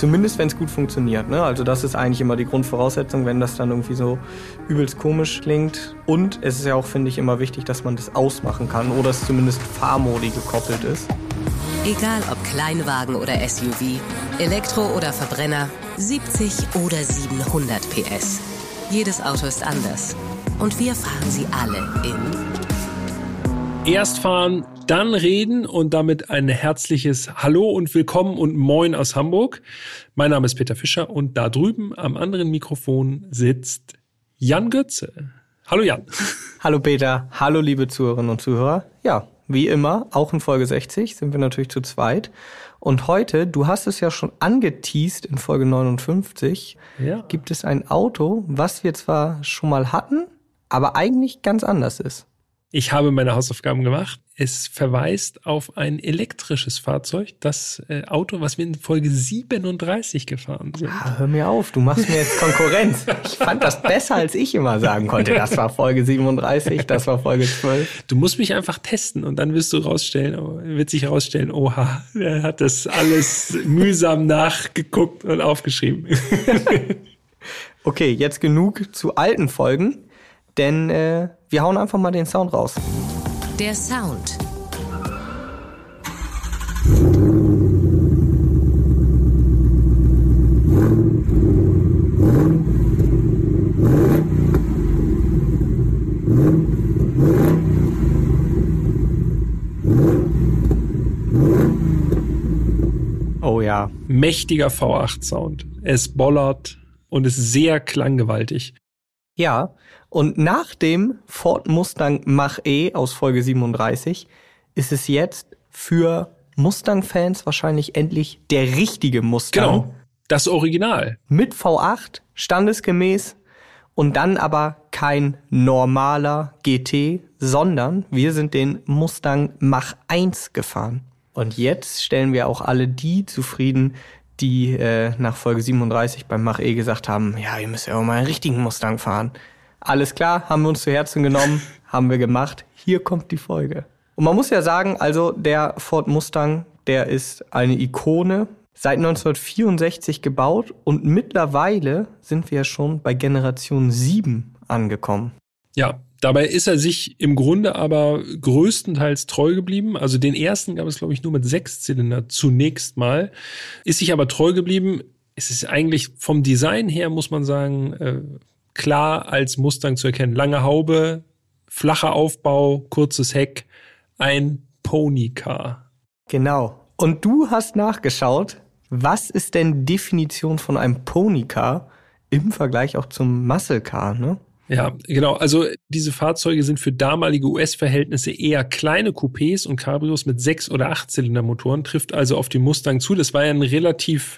Zumindest, wenn es gut funktioniert, ne? Also das ist eigentlich immer die Grundvoraussetzung, wenn das dann irgendwie so übelst komisch klingt. Und es ist ja auch, finde ich, immer wichtig, dass man das ausmachen kann oder es zumindest Fahrmodi gekoppelt ist. Egal ob Kleinwagen oder SUV, Elektro oder Verbrenner, 70 oder 700 PS. Jedes Auto ist anders. Und wir fahren sie alle in... Erst fahren, dann reden und damit ein herzliches Hallo und Willkommen und Moin aus Hamburg. Mein Name ist Peter Fischer und da drüben am anderen Mikrofon sitzt Jan Götze. Hallo Jan. Hallo Peter, hallo liebe Zuhörerinnen und Zuhörer. Ja, wie immer, auch in Folge 60 sind wir natürlich zu zweit. Und heute, du hast es ja schon angeteast in Folge 59, gibt es ein Auto, was wir zwar schon mal hatten, aber eigentlich ganz anders ist. Ich habe meine Hausaufgaben gemacht. Es verweist auf ein elektrisches Fahrzeug, das Auto, was wir in Folge 37 gefahren sind. Ah, hör mir auf, du machst mir jetzt Konkurrenz. Ich fand das besser, als ich immer sagen konnte. Das war Folge 37, das war Folge 12. Du musst mich einfach testen und dann wird sich herausstellen, oha, er hat das alles mühsam nachgeguckt und aufgeschrieben. Okay, jetzt genug zu alten Folgen. Denn wir hauen einfach mal den Sound raus. Der Sound. Oh ja. Mächtiger V8-Sound. Es bollert und ist sehr klanggewaltig. Ja, und nach dem Ford Mustang Mach-E aus Folge 37 ist es jetzt für Mustang-Fans wahrscheinlich endlich der richtige Mustang. Genau, das Original. Mit V8, standesgemäß und dann aber kein normaler GT, sondern wir sind den Mustang Mach-1 gefahren. Und jetzt stellen wir auch alle die zufrieden, die nach Folge 37 beim Mach-E gesagt haben, ja, ihr müsst ja auch mal einen richtigen Mustang fahren. Alles klar, haben wir uns zu Herzen genommen, haben wir gemacht. Hier kommt die Folge. Und man muss ja sagen, also der Ford Mustang, der ist eine Ikone, seit 1964 gebaut und mittlerweile sind wir ja schon bei Generation 7 angekommen. Ja, dabei ist er sich im Grunde aber größtenteils treu geblieben. Also den ersten gab es, glaube ich, nur mit 6-Zylinder zunächst mal. Ist sich aber treu geblieben. Es ist eigentlich vom Design her, muss man sagen, klar als Mustang zu erkennen. Lange Haube, flacher Aufbau, kurzes Heck, ein Pony-Car. Genau. Und du hast nachgeschaut, was ist denn Definition von einem Pony-Car im Vergleich auch zum Muscle-Car, ne? Ja, genau. Also diese Fahrzeuge sind für damalige US-Verhältnisse eher kleine Coupés und Cabrios mit 6- oder 8-Zylinder-Motoren, trifft also auf den Mustang zu. Das war ja ein relativ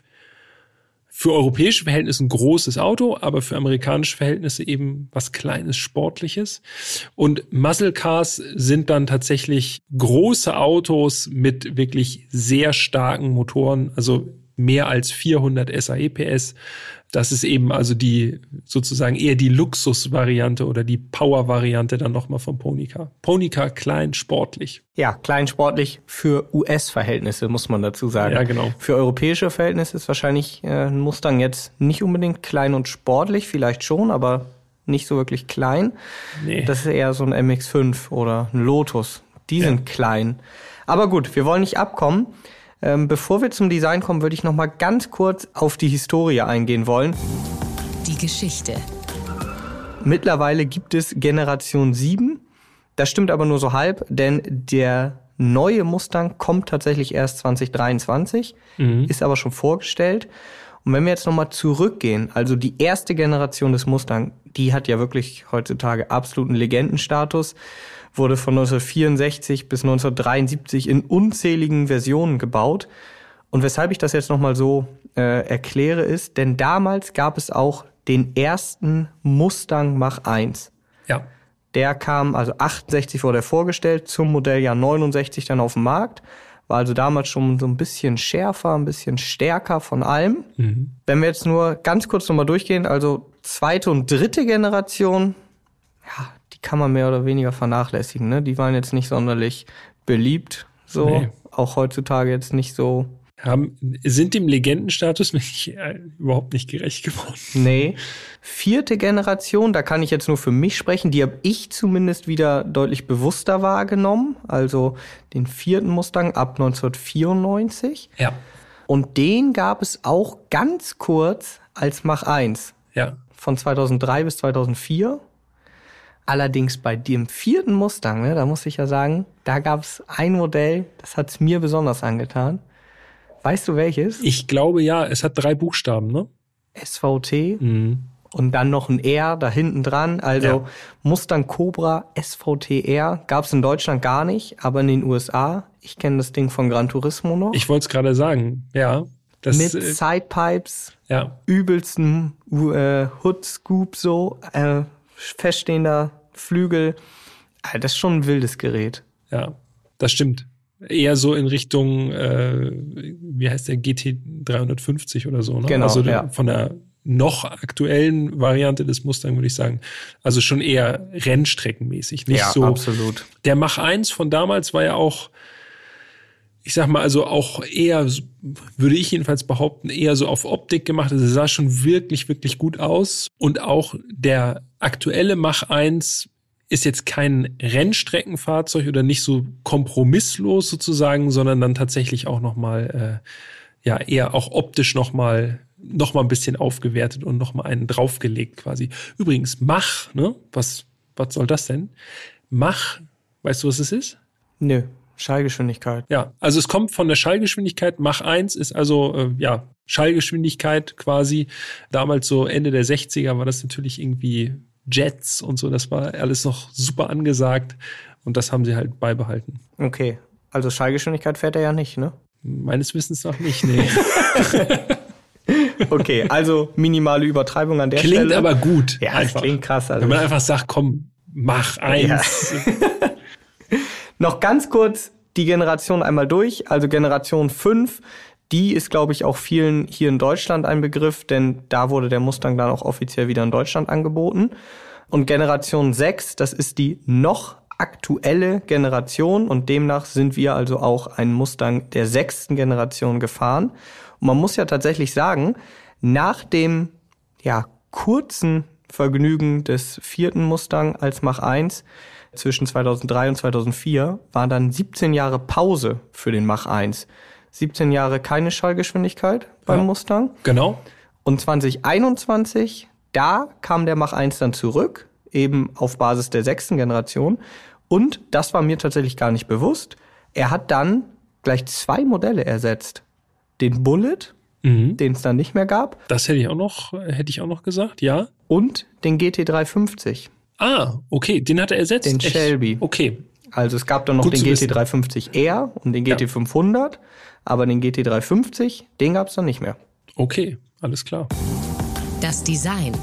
für europäische Verhältnisse ein großes Auto, aber für amerikanische Verhältnisse eben was Kleines, Sportliches. Und Muscle Cars sind dann tatsächlich große Autos mit wirklich sehr starken Motoren, also mehr als 400 SAE PS. Das ist eben also die sozusagen eher die Luxusvariante oder die Power-Variante dann nochmal vom Ponycar. Ponycar klein, sportlich. Ja, klein, sportlich für US-Verhältnisse, muss man dazu sagen. Ja, genau. Für europäische Verhältnisse ist wahrscheinlich ein Mustang jetzt nicht unbedingt klein und sportlich, vielleicht schon, aber nicht so wirklich klein. Nee. Das ist eher so ein MX-5 oder ein Lotus. Die sind klein. Aber gut, wir wollen nicht abkommen. Bevor wir zum Design kommen, würde ich noch mal ganz kurz auf die Historie eingehen wollen. Die Geschichte. Mittlerweile gibt es Generation 7. Das stimmt aber nur so halb, denn der neue Mustang kommt tatsächlich erst 2023, ist aber schon vorgestellt. Und wenn wir jetzt noch mal zurückgehen, also die erste Generation des Mustang, die hat ja wirklich heutzutage absoluten Legendenstatus, wurde von 1964 bis 1973 in unzähligen Versionen gebaut. Und weshalb ich das jetzt nochmal so erkläre ist, denn damals gab es auch den ersten Mustang Mach-1. Ja. Der kam, also 68 wurde er vorgestellt, zum Modelljahr 69 dann auf den Markt. War also damals schon so ein bisschen schärfer, ein bisschen stärker von allem. Wenn wir jetzt nur ganz kurz nochmal durchgehen, also zweite und dritte Generation, ja, die kann man mehr oder weniger vernachlässigen, ne? Die waren jetzt nicht sonderlich beliebt, so. Nee. Auch heutzutage jetzt nicht so. sind dem Legendenstatus überhaupt nicht gerecht geworden. Nee. 4. Generation, da kann ich jetzt nur für mich sprechen, die habe ich zumindest wieder deutlich bewusster wahrgenommen. Also den 4. Mustang ab 1994. Ja. Und den gab es auch ganz kurz als Mach 1. Ja. Von 2003 bis 2004. Allerdings bei dem 4. Mustang, ne, da muss ich ja sagen, da gab es ein Modell, das hat es mir besonders angetan. Weißt du welches? Ich glaube ja, es hat 3 Buchstaben, ne? SVT und dann noch ein R da hinten dran. Also Ja. Mustang Cobra SVT-R gab es in Deutschland gar nicht, aber in den USA. Ich kenne das Ding von Gran Turismo noch. Ich wollte es gerade sagen, ja. Das, Mit Sidepipes, ja. übelsten Hood-Scoop so, feststehender Flügel. Das ist schon ein wildes Gerät. Ja, das stimmt. Eher so in Richtung, wie heißt der, GT 350 oder so, ne? Genau, also ja. Von der noch aktuellen Variante des Mustang, würde ich sagen. Also schon eher rennstreckenmäßig, nicht ja, so. Absolut. Der Mach 1 von damals war ja auch, ich sag mal, also auch eher, würde ich jedenfalls behaupten, eher so auf Optik gemacht. Also sah schon wirklich, wirklich gut aus. Und auch der aktuelle Mach 1 ist jetzt kein Rennstreckenfahrzeug oder nicht so kompromisslos sozusagen, sondern dann tatsächlich auch nochmal, ja, eher auch optisch nochmal ein bisschen aufgewertet und nochmal einen draufgelegt quasi. Übrigens, Mach, ne? Was soll das denn? Mach, weißt du, was es ist? Nö, Schallgeschwindigkeit. Ja, also es kommt von der Schallgeschwindigkeit. Mach 1 ist also, ja, Schallgeschwindigkeit quasi. Damals so Ende der 60er war das natürlich irgendwie Jets und so. Das war alles noch super angesagt. Und das haben sie halt beibehalten. Okay, also Schallgeschwindigkeit fährt er ja nicht, ne? Meines Wissens nach nicht, nee. Okay, also minimale Übertreibung an der Stelle. Klingt aber gut. Ja, einfach. das klingt krass. Also wenn man einfach sagt, komm, Mach 1. Ja. Noch ganz kurz die Generation einmal durch. Also Generation 5, die ist, glaube ich, auch vielen hier in Deutschland ein Begriff, denn da wurde der Mustang dann auch offiziell wieder in Deutschland angeboten. Und Generation 6, das ist die noch aktuelle Generation und demnach sind wir also auch einen Mustang der 6. Generation gefahren. Und man muss ja tatsächlich sagen, nach dem kurzen Vergnügen des 4. Mustang als Mach 1 zwischen 2003 und 2004 waren dann 17 Jahre Pause für den Mach 1. 17 Jahre keine Schallgeschwindigkeit beim Mustang. Genau. Und 2021, da kam der Mach 1 dann zurück, eben auf Basis der 6. Generation. Und das war mir tatsächlich gar nicht bewusst. Er hat dann gleich 2 Modelle ersetzt. Den Bullet, den es dann nicht mehr gab. Das hätte ich auch noch gesagt, ja. Und den GT350. Ah, okay, den hat er ersetzt. Den Echt? Shelby. Okay. Also es gab dann noch Gut den zu wissen. GT350R und den GT500, aber den GT350, den gab es dann nicht mehr. Okay, alles klar. Das Design.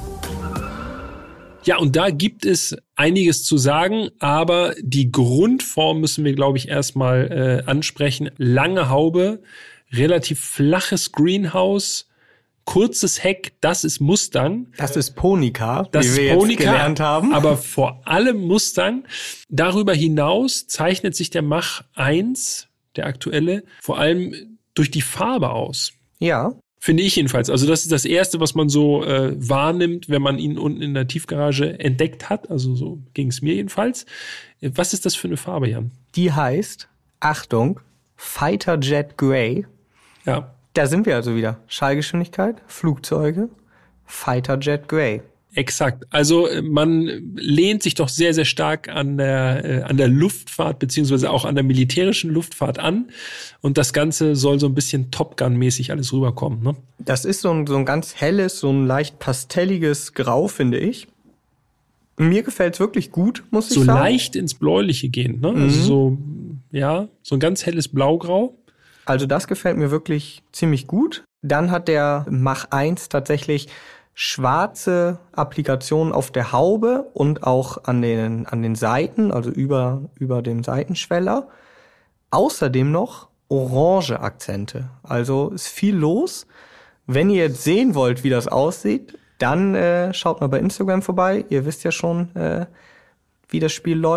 Ja, und da gibt es einiges zu sagen, aber die Grundform müssen wir, glaube ich, erstmal ansprechen. Lange Haube, relativ flaches Greenhouse, kurzes Heck, das ist Mustang. Das ist Ponycar, Das wie ist wir Ponycar, jetzt gelernt haben. aber vor allem Mustang. Darüber hinaus zeichnet sich der Mach 1, der aktuelle, vor allem durch die Farbe aus. Ja, Finde ich jedenfalls. Also das ist das Erste, was man so wahrnimmt, wenn man ihn unten in der Tiefgarage entdeckt hat. Also so ging es mir jedenfalls. Was ist das für eine Farbe, Jan? die heißt, Achtung, Fighter Jet Grey. Ja, Da sind wir also wieder. Schallgeschwindigkeit, Flugzeuge, Fighter Jet Grey. exakt. Also man lehnt sich doch sehr, sehr stark an der Luftfahrt beziehungsweise auch an der militärischen Luftfahrt an. Und das Ganze soll so ein bisschen Top Gun-mäßig alles rüberkommen, ne? Das ist so ein ganz helles, so ein leicht pastelliges Grau, finde ich. Mir gefällt's wirklich gut, muss ich So sagen. leicht ins Bläuliche gehen, ne? Also so, ja, so ein ganz helles Blaugrau. Also das gefällt mir wirklich ziemlich gut. Dann hat der Mach 1 tatsächlich schwarze Applikationen auf der Haube und auch an den Seiten, also über dem Seitenschweller. Außerdem noch orange Akzente. Also ist viel los. Wenn ihr jetzt sehen wollt, wie das aussieht, dann schaut mal bei Instagram vorbei. Ihr wisst ja schon, wie das Spiel läuft.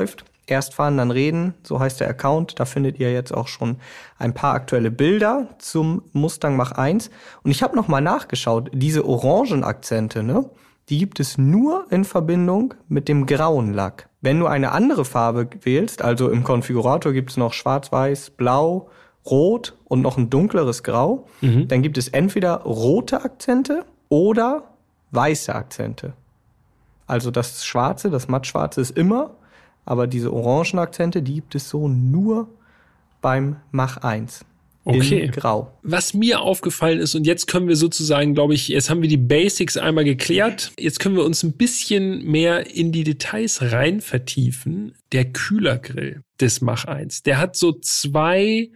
Erst fahren, dann reden, so heißt der Account. Da findet ihr jetzt auch schon ein paar aktuelle Bilder zum Mustang Mach-1. Und ich habe noch mal nachgeschaut, diese Orangenakzente, ne, die gibt es nur in Verbindung mit dem grauen Lack. Wenn du eine andere Farbe wählst, also im Konfigurator gibt es noch schwarz, weiß, blau, rot und noch ein dunkleres Grau, dann gibt es entweder rote Akzente oder weiße Akzente. Also das Schwarze, das Mattschwarze ist immer, aber diese orangen Akzente, die gibt es so nur beim Mach-1. Okay. In Grau. Was mir aufgefallen ist, und jetzt können wir sozusagen, glaube ich, jetzt haben wir die Basics einmal geklärt. Jetzt können wir uns ein bisschen mehr in die Details rein vertiefen. Der Kühlergrill des Mach-1, der hat so 2,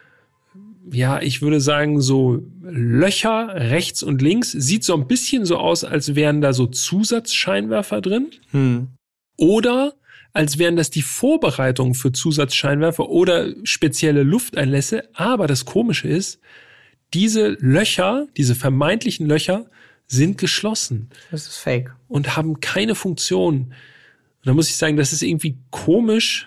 ja, ich würde sagen, so Löcher rechts und links. Sieht so ein bisschen so aus, als wären da so Zusatzscheinwerfer drin. Oder als wären das die Vorbereitungen für Zusatzscheinwerfer oder spezielle Lufteinlässe. Aber das Komische ist, diese Löcher, diese vermeintlichen Löcher, sind geschlossen. Das ist fake. Und haben keine Funktion. Und da muss ich sagen, das ist irgendwie komisch.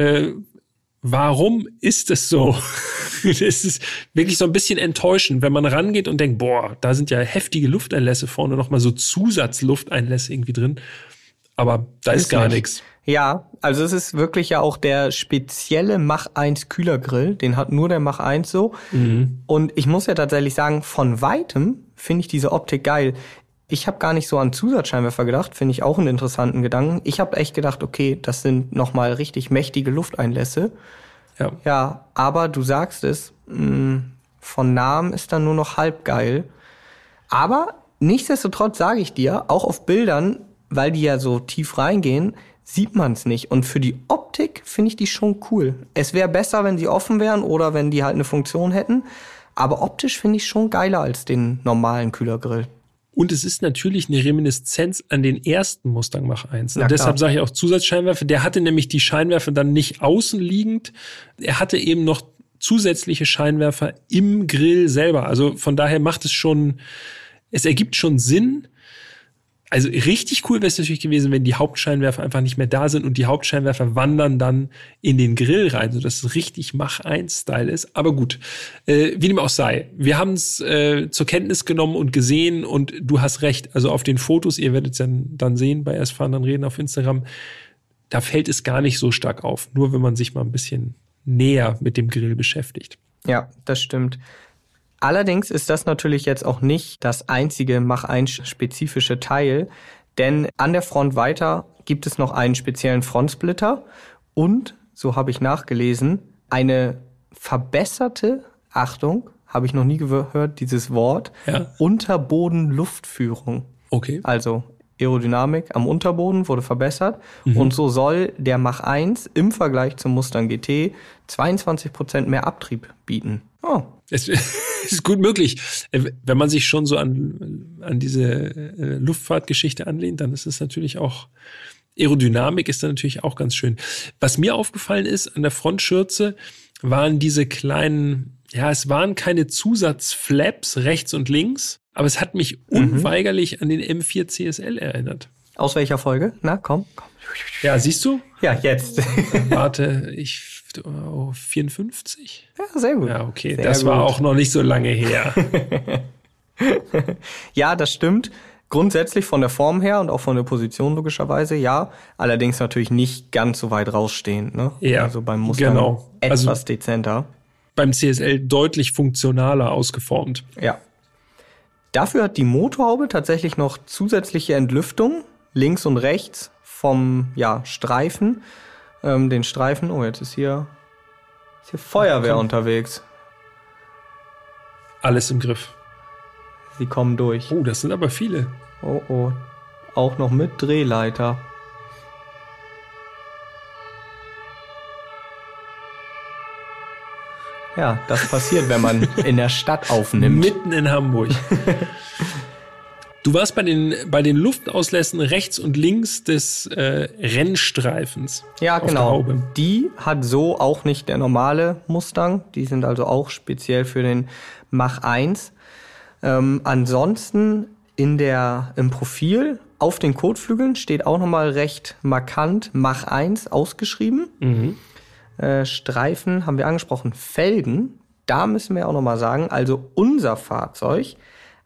Warum ist es so? Es ist wirklich so ein bisschen enttäuschend, wenn man rangeht und denkt, boah, da sind ja heftige Lufteinlässe vorne, nochmal so Zusatzlufteinlässe irgendwie drin. Aber da ist gar nichts. Ja, also es ist wirklich ja auch der spezielle Mach-1 Kühlergrill, den hat nur der Mach-1 so. Und ich muss ja tatsächlich sagen, von Weitem finde ich diese Optik geil. Ich habe gar nicht so an Zusatzscheinwerfer gedacht, finde ich auch einen interessanten Gedanken. Ich habe echt gedacht, okay, das sind nochmal richtig mächtige Lufteinlässe. Ja, aber du sagst es, von Namen ist dann nur noch halb geil. Aber nichtsdestotrotz sage ich dir, auch auf Bildern, weil die ja so tief reingehen, sieht man es nicht. Und für die Optik finde ich die schon cool. Es wäre besser, wenn sie offen wären oder wenn die halt eine Funktion hätten. Aber optisch finde ich schon geiler als den normalen Kühlergrill. Und es ist natürlich eine Reminiszenz an den ersten Mustang Mach-1. Und deshalb sage ich auch Zusatzscheinwerfer. Der hatte nämlich die Scheinwerfer dann nicht außen liegend. Er hatte eben noch zusätzliche Scheinwerfer im Grill selber. Also von daher macht es schon, es ergibt schon Sinn. Also richtig cool wäre es natürlich gewesen, wenn die Hauptscheinwerfer einfach nicht mehr da sind und die Hauptscheinwerfer wandern dann in den Grill rein, sodass es richtig Mach-1-Style ist. Aber gut, wie dem auch sei. Wir haben es zur Kenntnis genommen und gesehen und du hast recht. Also auf den Fotos, ihr werdet es dann sehen bei Erst fahren, dann reden auf Instagram, da fällt es gar nicht so stark auf. Nur wenn man sich mal ein bisschen näher mit dem Grill beschäftigt. Ja, das stimmt. Allerdings ist das natürlich jetzt auch nicht das einzige Mach-1-spezifische Teil, denn an der Front weiter gibt es noch einen speziellen Frontsplitter und, so habe ich nachgelesen, eine verbesserte, Achtung, habe ich noch nie gehört, dieses Wort, Unterboden-Luftführung. Okay. Also Aerodynamik am Unterboden wurde verbessert und so soll der Mach-1 im Vergleich zum Mustang GT 22% mehr Abtrieb bieten. Oh. Es ist gut möglich. Wenn man sich schon so an diese Luftfahrtgeschichte anlehnt, dann ist es natürlich auch, Aerodynamik ist dann natürlich auch ganz schön. Was mir aufgefallen ist, an der Frontschürze waren diese kleinen, ja, es waren keine Zusatzflaps rechts und links, aber es hat mich unweigerlich an den M4 CSL erinnert. Aus welcher Folge? Na, komm. Ja, siehst du? Ja, jetzt. Warte, 54? Ja, sehr gut. Ja, okay, sehr das gut. war auch noch nicht so lange her. Ja, das stimmt. Grundsätzlich von der Form her und auch von der Position logischerweise, ja. Allerdings natürlich nicht ganz so weit rausstehend, ne? Ja, also beim Mustang etwas also dezenter. Beim CSL deutlich funktionaler ausgeformt. Ja. Dafür hat die Motorhaube tatsächlich noch zusätzliche Entlüftung, links und rechts vom Streifen. Den Streifen, jetzt ist hier Feuerwehr unterwegs. Alles im Griff. Sie kommen durch. Oh, das sind aber viele. Oh. Auch noch mit Drehleiter. Ja, das passiert, wenn man in der Stadt aufnimmt. Mitten in Hamburg. Du warst bei den Luftauslässen rechts und links des Rennstreifens. Ja, auf genau. Der Haube. Die hat so auch nicht der normale Mustang. Die sind also auch speziell für den Mach-1. Ansonsten im Profil auf den Kotflügeln steht auch nochmal recht markant Mach 1 ausgeschrieben. Streifen haben wir angesprochen. Felgen, da müssen wir auch nochmal sagen, also unser Fahrzeug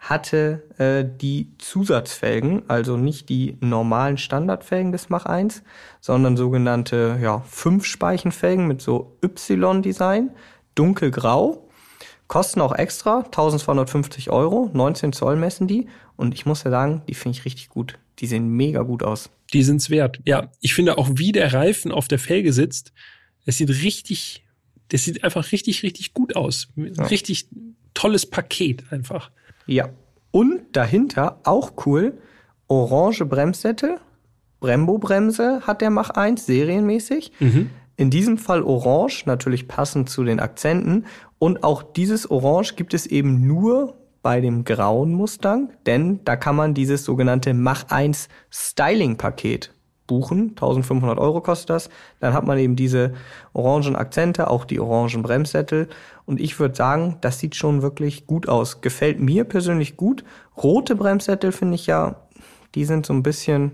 hatte die Zusatzfelgen, also nicht die normalen Standardfelgen des Mach 1, sondern sogenannte 5-Speichenfelgen mit so Y-Design, dunkelgrau, kosten auch extra, 1.250 €, 19 Zoll messen die und ich muss ja sagen, die finde ich richtig gut. Die sehen mega gut aus. Die sind's wert. Ja, ich finde auch, wie der Reifen auf der Felge sitzt, das sieht einfach richtig, richtig gut aus. Ja. Richtig tolles Paket einfach. Ja, und dahinter, auch cool, orange Bremssättel, Brembo-Bremse hat der Mach 1 serienmäßig. In diesem Fall orange, natürlich passend zu den Akzenten. Und auch dieses Orange gibt es eben nur bei dem grauen Mustang, denn da kann man dieses sogenannte Mach 1 Styling-Paket buchen. 1.500 € kostet das. Dann hat man eben diese orangen Akzente, auch die orangen Bremssättel. Und ich würde sagen, das sieht schon wirklich gut aus. Gefällt mir persönlich gut. Rote Bremssättel finde ich die sind so ein bisschen,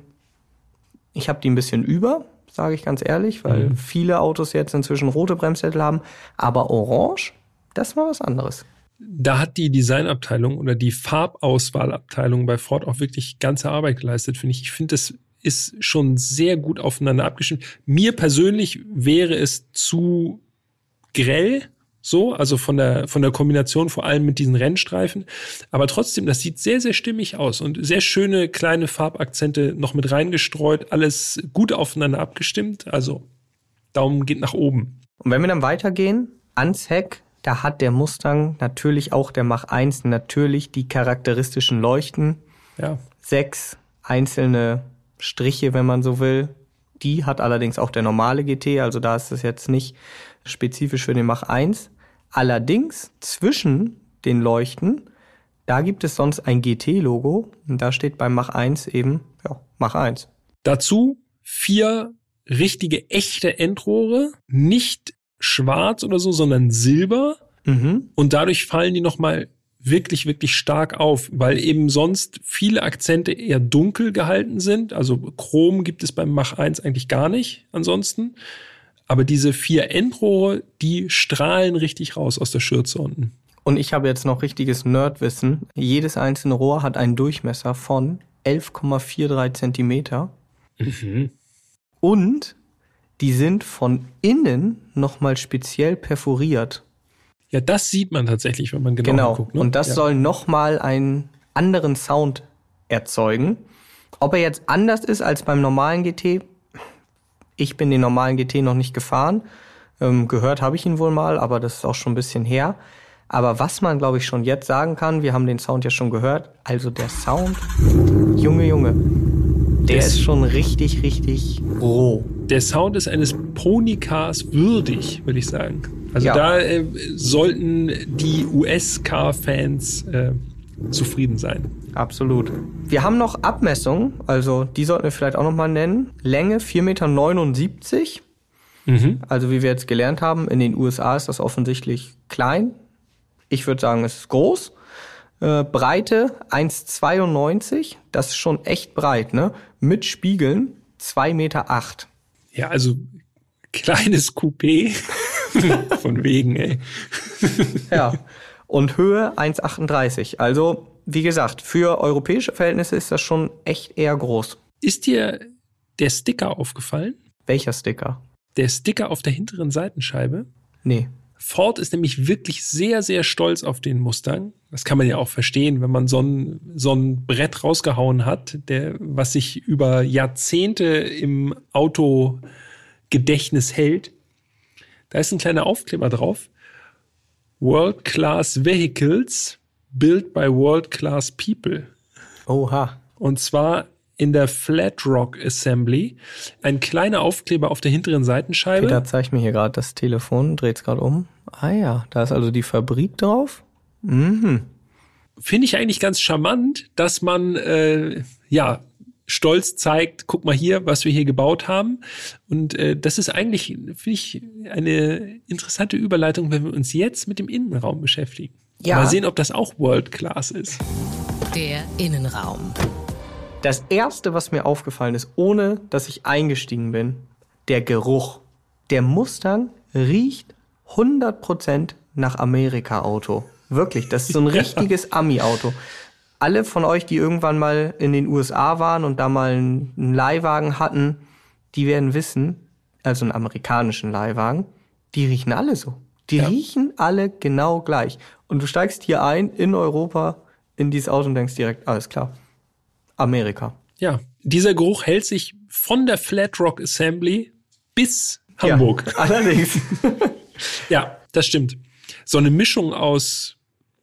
ich habe die ein bisschen über, sage ich ganz ehrlich, weil viele Autos jetzt inzwischen rote Bremssättel haben. Aber orange, das war was anderes. Da hat die Designabteilung oder die Farbauswahlabteilung bei Ford auch wirklich ganze Arbeit geleistet, finde ich. Ich finde, das ist schon sehr gut aufeinander abgestimmt. Mir persönlich wäre es zu grell, also von der Kombination vor allem mit diesen Rennstreifen. Aber trotzdem, das sieht sehr, sehr stimmig aus und sehr schöne kleine Farbakzente noch mit reingestreut. Alles gut aufeinander abgestimmt. Also Daumen geht nach oben. Und wenn wir dann weitergehen, ans Heck, da hat der Mustang natürlich auch der Mach 1 natürlich die charakteristischen Leuchten. Ja. 6 einzelne Striche, wenn man so will. Die hat allerdings auch der normale GT, also da ist es jetzt nicht spezifisch für den Mach 1. Allerdings zwischen den Leuchten, da gibt es sonst ein GT-Logo und da steht beim Mach 1 eben, Mach 1. Dazu 4 richtige, echte Endrohre, nicht schwarz oder so, sondern silber. Und dadurch fallen die nochmal wirklich, wirklich stark auf, weil eben sonst viele Akzente eher dunkel gehalten sind. Also Chrom gibt es beim Mach 1 eigentlich gar nicht ansonsten. Aber diese 4 Endrohre, die strahlen richtig raus aus der Schürze unten. Und ich habe jetzt noch richtiges Nerdwissen. Jedes einzelne Rohr hat einen Durchmesser von 11,43 Zentimeter. Und die sind von innen nochmal speziell perforiert. Ja, das sieht man tatsächlich, wenn man genau guckt. Ne? Und das soll nochmal einen anderen Sound erzeugen. Ob er jetzt anders ist als beim normalen GT, ich bin den normalen GT noch nicht gefahren. Gehört habe ich ihn wohl mal, aber das ist auch schon ein bisschen her. Aber was man, glaube ich, schon jetzt sagen kann, wir haben den Sound ja schon gehört, also der Sound, Junge, der ist schon richtig, richtig roh. Der Sound ist eines Ponycars würdig, würde ich sagen. Also da sollten die US-Car-Fans zufrieden sein. Absolut. Wir haben noch Abmessungen, also die sollten wir vielleicht auch noch mal nennen. Länge 4,79 Meter. Also wie wir jetzt gelernt haben, in den USA ist das offensichtlich klein. Ich würde sagen, es ist groß. Breite 1,92, das ist schon echt breit, ne? Mit Spiegeln 2,8 Meter. Ja, also kleines Coupé. Von wegen, ey. Ja, und Höhe 1,38. Also, wie gesagt, für europäische Verhältnisse ist das schon echt eher groß. Ist dir der Sticker aufgefallen? Welcher Sticker? Der Sticker auf der hinteren Seitenscheibe? Nee. Ford ist nämlich wirklich sehr, sehr stolz auf den Mustang. Das kann man ja auch verstehen, wenn man so ein Brett rausgehauen hat, was sich über Jahrzehnte im Autogedächtnis hält. Da ist ein kleiner Aufkleber drauf. World Class Vehicles built by World Class People. Oha. Und zwar in der Flat Rock Assembly. Ein kleiner Aufkleber auf der hinteren Seitenscheibe. Peter zeigt mir hier gerade das Telefon, dreht es gerade um. Ah ja, da ist also die Fabrik drauf. Finde ich eigentlich ganz charmant, dass man stolz zeigt, guck mal hier, was wir hier gebaut haben. Und das ist eigentlich, finde ich, eine interessante Überleitung, wenn wir uns jetzt mit dem Innenraum beschäftigen. Ja. Mal sehen, ob das auch World Class ist. Der Innenraum. Das Erste, was mir aufgefallen ist, ohne dass ich eingestiegen bin, der Geruch. Der Mustang riecht 100% nach Amerika-Auto. Wirklich, das ist so ein richtiges Ami-Auto. Alle von euch, die irgendwann mal in den USA waren und da mal einen Leihwagen hatten, die werden wissen, also einen amerikanischen Leihwagen, die riechen alle so. Die riechen alle genau gleich. Und du steigst hier ein in Europa in dieses Auto und denkst direkt, alles klar, Amerika. Ja, dieser Geruch hält sich von der Flat Rock Assembly bis Hamburg. Ja, allerdings. Ja, das stimmt. So eine Mischung aus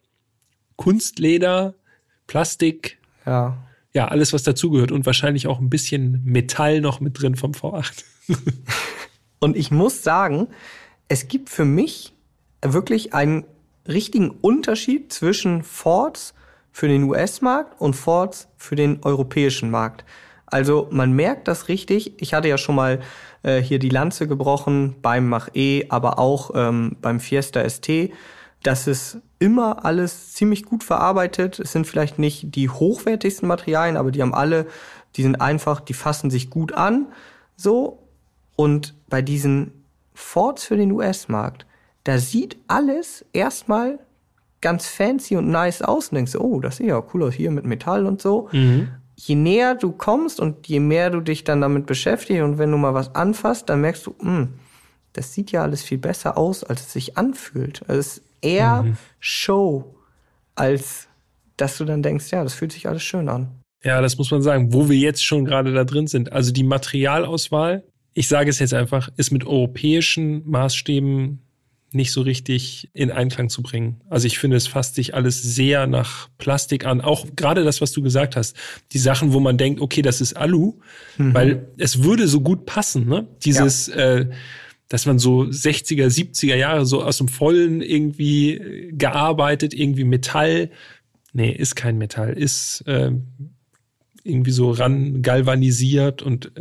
Kunstleder, Plastik, ja, alles, was dazugehört und wahrscheinlich auch ein bisschen Metall noch mit drin vom V8. Und ich muss sagen, es gibt für mich wirklich einen richtigen Unterschied zwischen Fords für den US-Markt und Fords für den europäischen Markt. Also man merkt das richtig. Ich hatte ja schon mal hier die Lanze gebrochen beim Mach-E, aber auch beim Fiesta ST. Das ist immer alles ziemlich gut verarbeitet. Es sind vielleicht nicht die hochwertigsten Materialien, aber die haben alle, die sind einfach, die fassen sich gut an. So. Und bei diesen Fords für den US-Markt, da sieht alles erstmal ganz fancy und nice aus und denkst, oh, das sieht ja cool aus hier mit Metall und so. Mhm. Je näher du kommst und je mehr du dich dann damit beschäftigst und wenn du mal was anfasst, dann merkst du, das sieht ja alles viel besser aus, als es sich anfühlt. Also es ist eher Show, als dass du dann denkst, ja, das fühlt sich alles schön an. Ja, das muss man sagen, wo wir jetzt schon gerade da drin sind. Also die Materialauswahl, ich sage es jetzt einfach, ist mit europäischen Maßstäben nicht so richtig in Einklang zu bringen. Also ich finde, es fasst sich alles sehr nach Plastik an. Auch gerade das, was du gesagt hast. Die Sachen, wo man denkt, okay, das ist Alu, weil es würde so gut passen, ne? Dieses, dass man so 60er, 70er Jahre so aus dem Vollen irgendwie gearbeitet, irgendwie Metall. Nee, ist kein Metall, ist irgendwie so ran galvanisiert und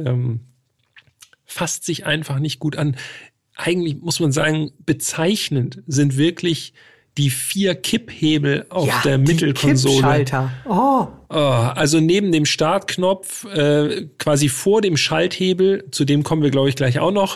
fasst sich einfach nicht gut an. Eigentlich muss man sagen, bezeichnend sind wirklich die 4 Kipphebel auf der Mittelkonsole. Kippschalter. Also neben dem Startknopf, quasi vor dem Schalthebel, zu dem kommen wir, glaube ich, gleich auch noch,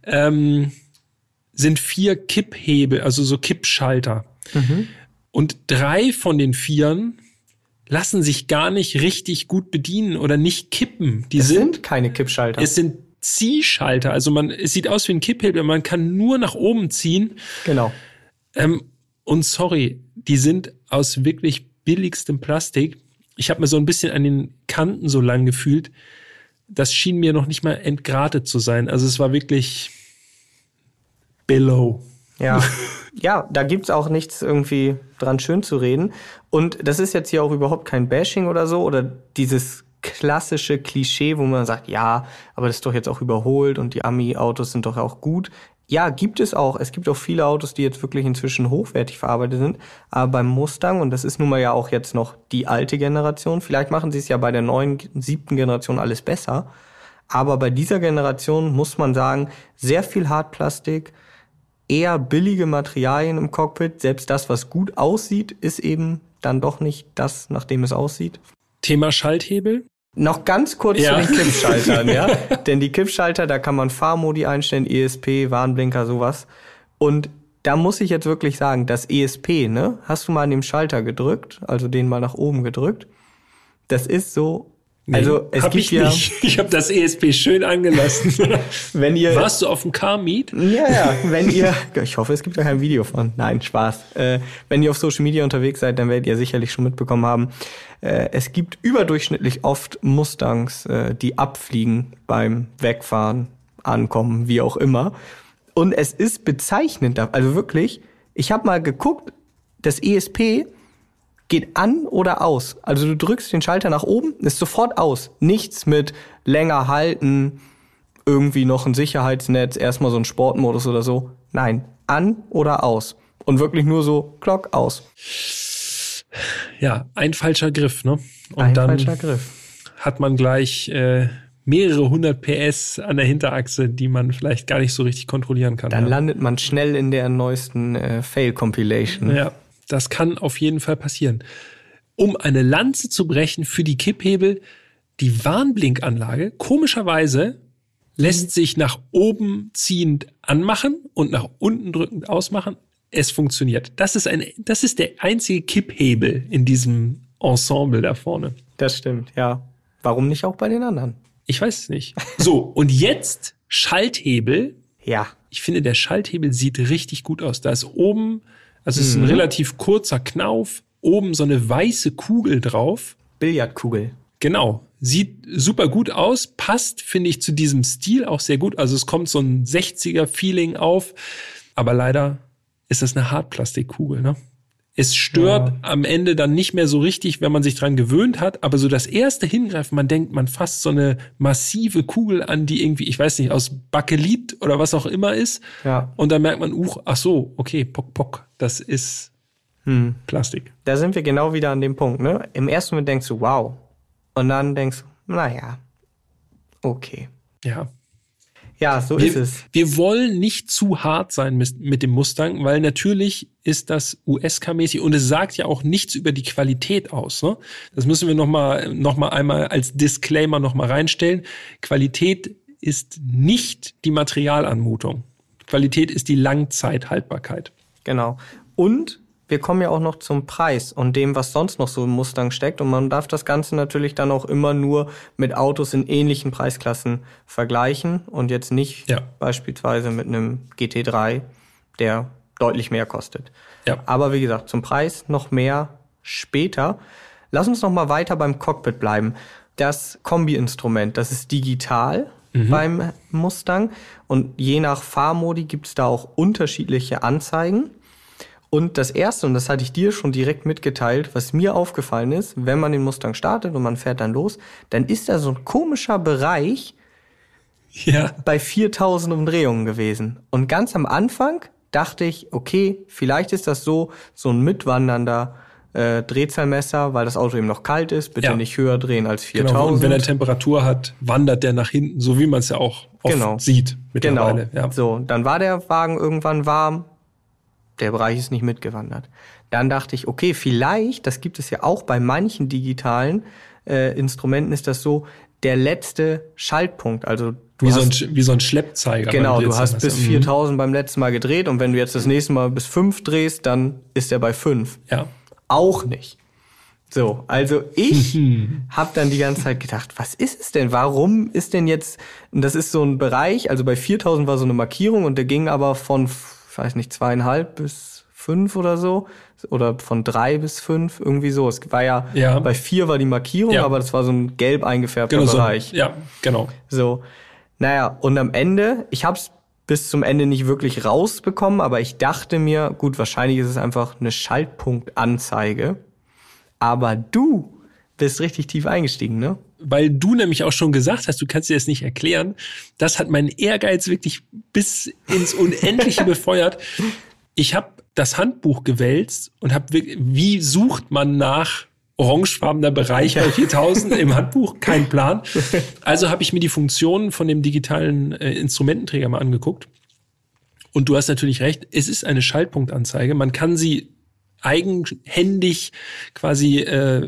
sind 4 Kipphebel, also so Kippschalter. Und 3 von den 4 lassen sich gar nicht richtig gut bedienen oder nicht kippen. Das sind keine Kippschalter. Es sind Ziehschalter, also es sieht aus wie ein Kipphebel, man kann nur nach oben ziehen. Genau. Und sorry, die sind aus wirklich billigstem Plastik. Ich habe mir so ein bisschen an den Kanten so lang gefühlt. Das schien mir noch nicht mal entgratet zu sein. Also es war wirklich below. Ja, ja, da gibt's auch nichts irgendwie dran schön zu reden. Und das ist jetzt hier auch überhaupt kein Bashing oder so oder dieses klassische Klischee, wo man sagt, ja, aber das ist doch jetzt auch überholt und die Ami-Autos sind doch auch gut. Ja, gibt es auch. Es gibt auch viele Autos, die jetzt wirklich inzwischen hochwertig verarbeitet sind. Aber beim Mustang, und das ist nun mal ja auch jetzt noch die alte Generation, vielleicht machen sie es ja bei der neuen, 7. Generation alles besser. Aber bei dieser Generation muss man sagen, sehr viel Hartplastik, eher billige Materialien im Cockpit. Selbst das, was gut aussieht, ist eben dann doch nicht das, nach dem es aussieht. Thema Schalthebel? Noch ganz kurz zu den Kippschaltern, ja. Denn die Kippschalter, da kann man Fahrmodi einstellen, ESP, Warnblinker, sowas. Und da muss ich jetzt wirklich sagen, das ESP, ne, hast du mal an dem Schalter gedrückt, also den mal nach oben gedrückt. Das ist so, also es hab gibt ich nicht. Ich habe das ESP schön angelassen. Wenn ihr, warst du auf dem Car Meet? Ja, wenn ihr, ich hoffe, es gibt da kein Video von. Nein, Spaß. Wenn ihr auf Social Media unterwegs seid, dann werdet ihr sicherlich schon mitbekommen haben, es gibt überdurchschnittlich oft Mustangs, die abfliegen beim Wegfahren, Ankommen, wie auch immer. Und es ist bezeichnend, also wirklich, ich habe mal geguckt, das ESP geht an oder aus. Also du drückst den Schalter nach oben, ist sofort aus. Nichts mit länger halten, irgendwie noch ein Sicherheitsnetz, erstmal so ein Sportmodus oder so. Nein, an oder aus. Und wirklich nur so, Glock aus. Ja, ein falscher Griff, ne? Und ein dann falscher Griff. Hat man gleich mehrere 100 PS an der Hinterachse, die man vielleicht gar nicht so richtig kontrollieren kann. Dann landet man schnell in der neuesten Fail-Compilation. Ja, das kann auf jeden Fall passieren. Um eine Lanze zu brechen für die Kipphebel, Die Warnblinkanlage, komischerweise, lässt sich nach oben ziehend anmachen und nach unten drückend ausmachen. Es funktioniert. Das ist der einzige Kipphebel in diesem Ensemble da vorne. Das stimmt, ja. Warum nicht auch bei den anderen? Ich weiß es nicht. So, und jetzt Schalthebel. Ja. Ich finde, der Schalthebel sieht richtig gut aus. Da ist oben, also es ist ein relativ kurzer Knauf, oben so eine weiße Kugel drauf. Billardkugel. Genau. Sieht super gut aus, passt, finde ich, zu diesem Stil auch sehr gut. Also es kommt so ein 60er-Feeling auf, aber leider ist das eine Hartplastikkugel, ne? Es stört am Ende dann nicht mehr so richtig, wenn man sich dran gewöhnt hat, aber so das erste Hingreifen, man denkt, man fasst so eine massive Kugel an, die irgendwie, ich weiß nicht, aus Bakelit oder was auch immer ist. Ja. Und dann merkt man, ach so, okay, pock, das ist Plastik. Da sind wir genau wieder an dem Punkt, ne? Im ersten Moment denkst du, wow. Und dann denkst du, naja, okay. Ja. Ja, so ist es. Wir wollen nicht zu hart sein mit dem Mustang, weil natürlich ist das USK-mäßig und es sagt ja auch nichts über die Qualität aus. Ne? Das müssen wir noch mal einmal als Disclaimer noch mal reinstellen. Qualität ist nicht die Materialanmutung. Qualität ist die Langzeithaltbarkeit. Genau. Und wir kommen ja auch noch zum Preis und dem, was sonst noch so im Mustang steckt. Und man darf das Ganze natürlich dann auch immer nur mit Autos in ähnlichen Preisklassen vergleichen und jetzt nicht beispielsweise mit einem GT3, der deutlich mehr kostet. Ja. Aber wie gesagt, zum Preis noch mehr später. Lass uns noch mal weiter beim Cockpit bleiben. Das Kombi-Instrument, das ist digital beim Mustang und je nach Fahrmodi gibt es da auch unterschiedliche Anzeigen. Und das Erste, und das hatte ich dir schon direkt mitgeteilt, was mir aufgefallen ist, wenn man den Mustang startet und man fährt dann los, dann ist da so ein komischer Bereich bei 4000 Umdrehungen gewesen. Und ganz am Anfang dachte ich, okay, vielleicht ist das so ein mitwandernder Drehzahlmesser, weil das Auto eben noch kalt ist, bitte nicht höher drehen als 4000. Genau, und wenn er Temperatur hat, wandert der nach hinten, so wie man es ja auch oft sieht mittlerweile. Genau, ja. So, dann war der Wagen irgendwann warm. Der Bereich ist nicht mitgewandert. Dann dachte ich, okay, vielleicht, das gibt es ja auch bei manchen digitalen Instrumenten, ist das so, der letzte Schaltpunkt. Also wie so ein Schleppzeiger. Genau, du hast bis 4000 beim letzten Mal gedreht und wenn du jetzt das nächste Mal bis 5 drehst, dann ist er bei 5. Ja. Auch nicht. So, also ich habe dann die ganze Zeit gedacht, was ist es denn? Warum ist denn jetzt, und das ist so ein Bereich, also bei 4000 war so eine Markierung und der ging aber von, ich weiß nicht, 2,5 bis 5 oder so. Oder von 3 bis 5, irgendwie so. Es war ja. Bei 4 war die Markierung, aber das war so ein gelb eingefärbter Bereich. So, ja, genau. So, naja, und am Ende, ich hab's bis zum Ende nicht wirklich rausbekommen, aber ich dachte mir, gut, wahrscheinlich ist es einfach eine Schaltpunktanzeige. Aber du bist richtig tief eingestiegen, ne? Weil du nämlich auch schon gesagt hast, du kannst dir das nicht erklären. Das hat meinen Ehrgeiz wirklich bis ins Unendliche befeuert. Ich habe das Handbuch gewälzt und habe, wie sucht man nach orangefarbener Bereich bei 4000 im Handbuch? Kein Plan. Also habe ich mir die Funktionen von dem digitalen Instrumententräger mal angeguckt. Und du hast natürlich recht, es ist eine Schaltpunktanzeige. Man kann sie eigenhändig quasi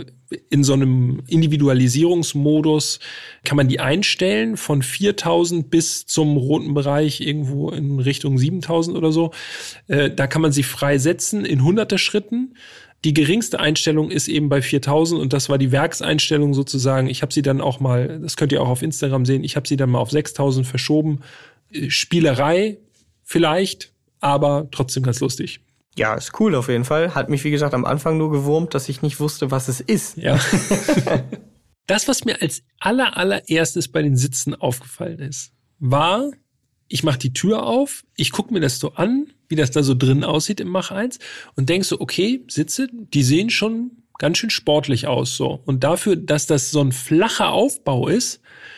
in so einem Individualisierungsmodus kann man die einstellen von 4000 bis zum roten Bereich irgendwo in Richtung 7000 oder so. Da kann man sie frei setzen in 100er Schritten. Die geringste Einstellung ist eben bei 4000 und das war die Werkseinstellung sozusagen. Ich habe sie dann auch mal, das könnt ihr auch auf Instagram sehen, ich habe sie dann mal auf 6000 verschoben. Spielerei vielleicht, aber trotzdem ganz lustig. Ja, ist cool auf jeden Fall. Hat mich, wie gesagt, am Anfang nur gewurmt, dass ich nicht wusste, was es ist. Ja. Das, was mir als allererstes bei den Sitzen aufgefallen ist, war, ich mache die Tür auf, ich gucke mir das so an, wie das da so drin aussieht im Mach 1 und denk so, okay, Sitze, die sehen schon ganz schön sportlich aus. So. Und dafür, dass das so ein flacher Aufbau ist,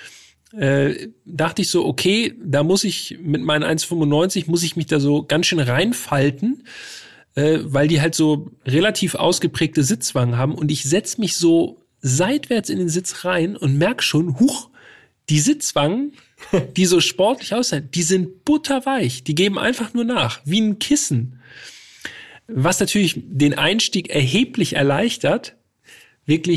dachte ich so, okay, da muss ich mit meinen 1,95 muss ich mich da so ganz schön reinfalten, weil die halt so relativ ausgeprägte Sitzwangen haben und ich setz mich so seitwärts in den Sitz rein und merk schon, huch, die Sitzwangen, die so sportlich aussehen, die sind butterweich, die geben einfach nur nach, wie ein Kissen. Was natürlich den Einstieg erheblich erleichtert, wirklich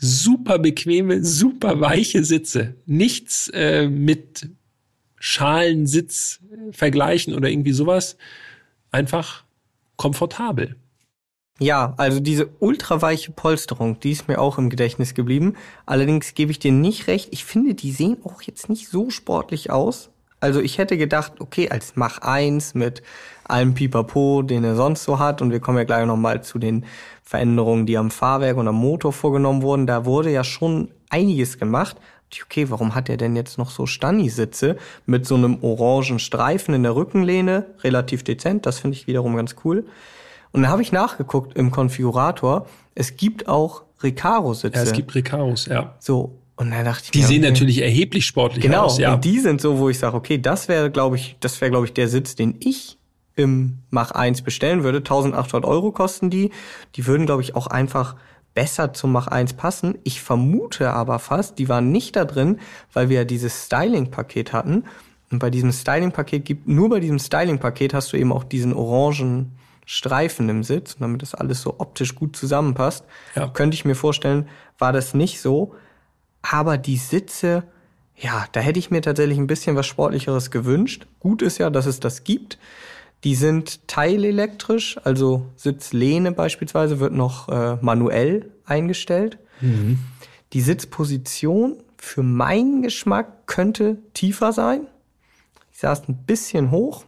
super bequeme, super weiche Sitze. Nichts mit Schalensitz vergleichen oder irgendwie sowas. Einfach komfortabel. Ja, also diese ultraweiche Polsterung, die ist mir auch im Gedächtnis geblieben. Allerdings gebe ich dir nicht recht. Ich finde, die sehen auch jetzt nicht so sportlich aus. Also ich hätte gedacht, okay, als Mach 1 mit allem Pipapo, den er sonst so hat, und wir kommen ja gleich nochmal zu den Veränderungen, die am Fahrwerk und am Motor vorgenommen wurden, da wurde ja schon einiges gemacht. Okay, warum hat er denn jetzt noch so Stani-Sitze mit so einem orangen Streifen in der Rückenlehne? Relativ dezent, das finde ich wiederum ganz cool. Und dann habe ich nachgeguckt im Konfigurator, es gibt auch Recaro-Sitze. Ja, es gibt Recaros, ja. So, und dann dachte ich die mir, sehen okay, natürlich erheblich sportlicher aus. Genau, Ja. und die sind so, wo ich sage, okay, das wäre, glaube ich, der Sitz, den ich im Mach 1 bestellen würde. 1.800 € kosten die. Die würden, glaube ich, auch einfach besser zum Mach 1 passen. Ich vermute aber fast, die waren nicht da drin, weil wir ja dieses Styling-Paket hatten. Und bei diesem Styling-Paket hast du eben auch diesen orangen Streifen im Sitz. Und damit das alles so optisch gut zusammenpasst, könnte ich mir vorstellen, war das nicht so. Aber die Sitze, ja, da hätte ich mir tatsächlich ein bisschen was Sportlicheres gewünscht. Gut ist ja, dass es das gibt. Die sind teilelektrisch, also Sitzlehne beispielsweise wird noch manuell eingestellt. Mhm. Die Sitzposition für meinen Geschmack könnte tiefer sein. Ich saß ein bisschen hoch,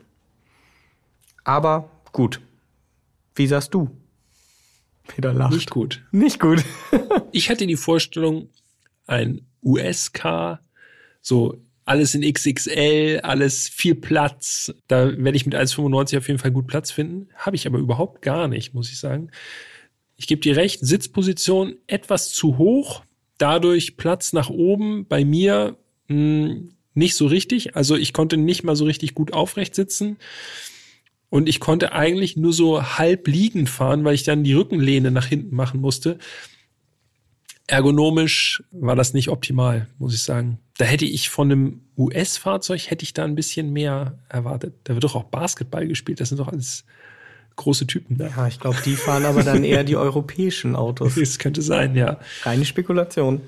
aber gut. Wie sagst du? Peter lacht. Nicht gut. Nicht gut. Ich hatte die Vorstellung, ein US-Car, so alles in XXL, alles viel Platz. Da werde ich mit 1,95 auf jeden Fall gut Platz finden. Habe ich aber überhaupt gar nicht, muss ich sagen. Ich gebe dir recht, Sitzposition etwas zu hoch. Dadurch Platz nach oben bei mir nicht so richtig. Also ich konnte nicht mal so richtig gut aufrecht sitzen. Und ich konnte eigentlich nur so halb liegend fahren, weil ich dann die Rückenlehne nach hinten machen musste. Ergonomisch war das nicht optimal, muss ich sagen. Da hätte ich von einem US-Fahrzeug da ein bisschen mehr erwartet. Da wird doch auch Basketball gespielt. Das sind doch alles große Typen da. Ja, ich glaube, die fahren aber dann eher die europäischen Autos. Das könnte sein, ja. Reine Spekulation.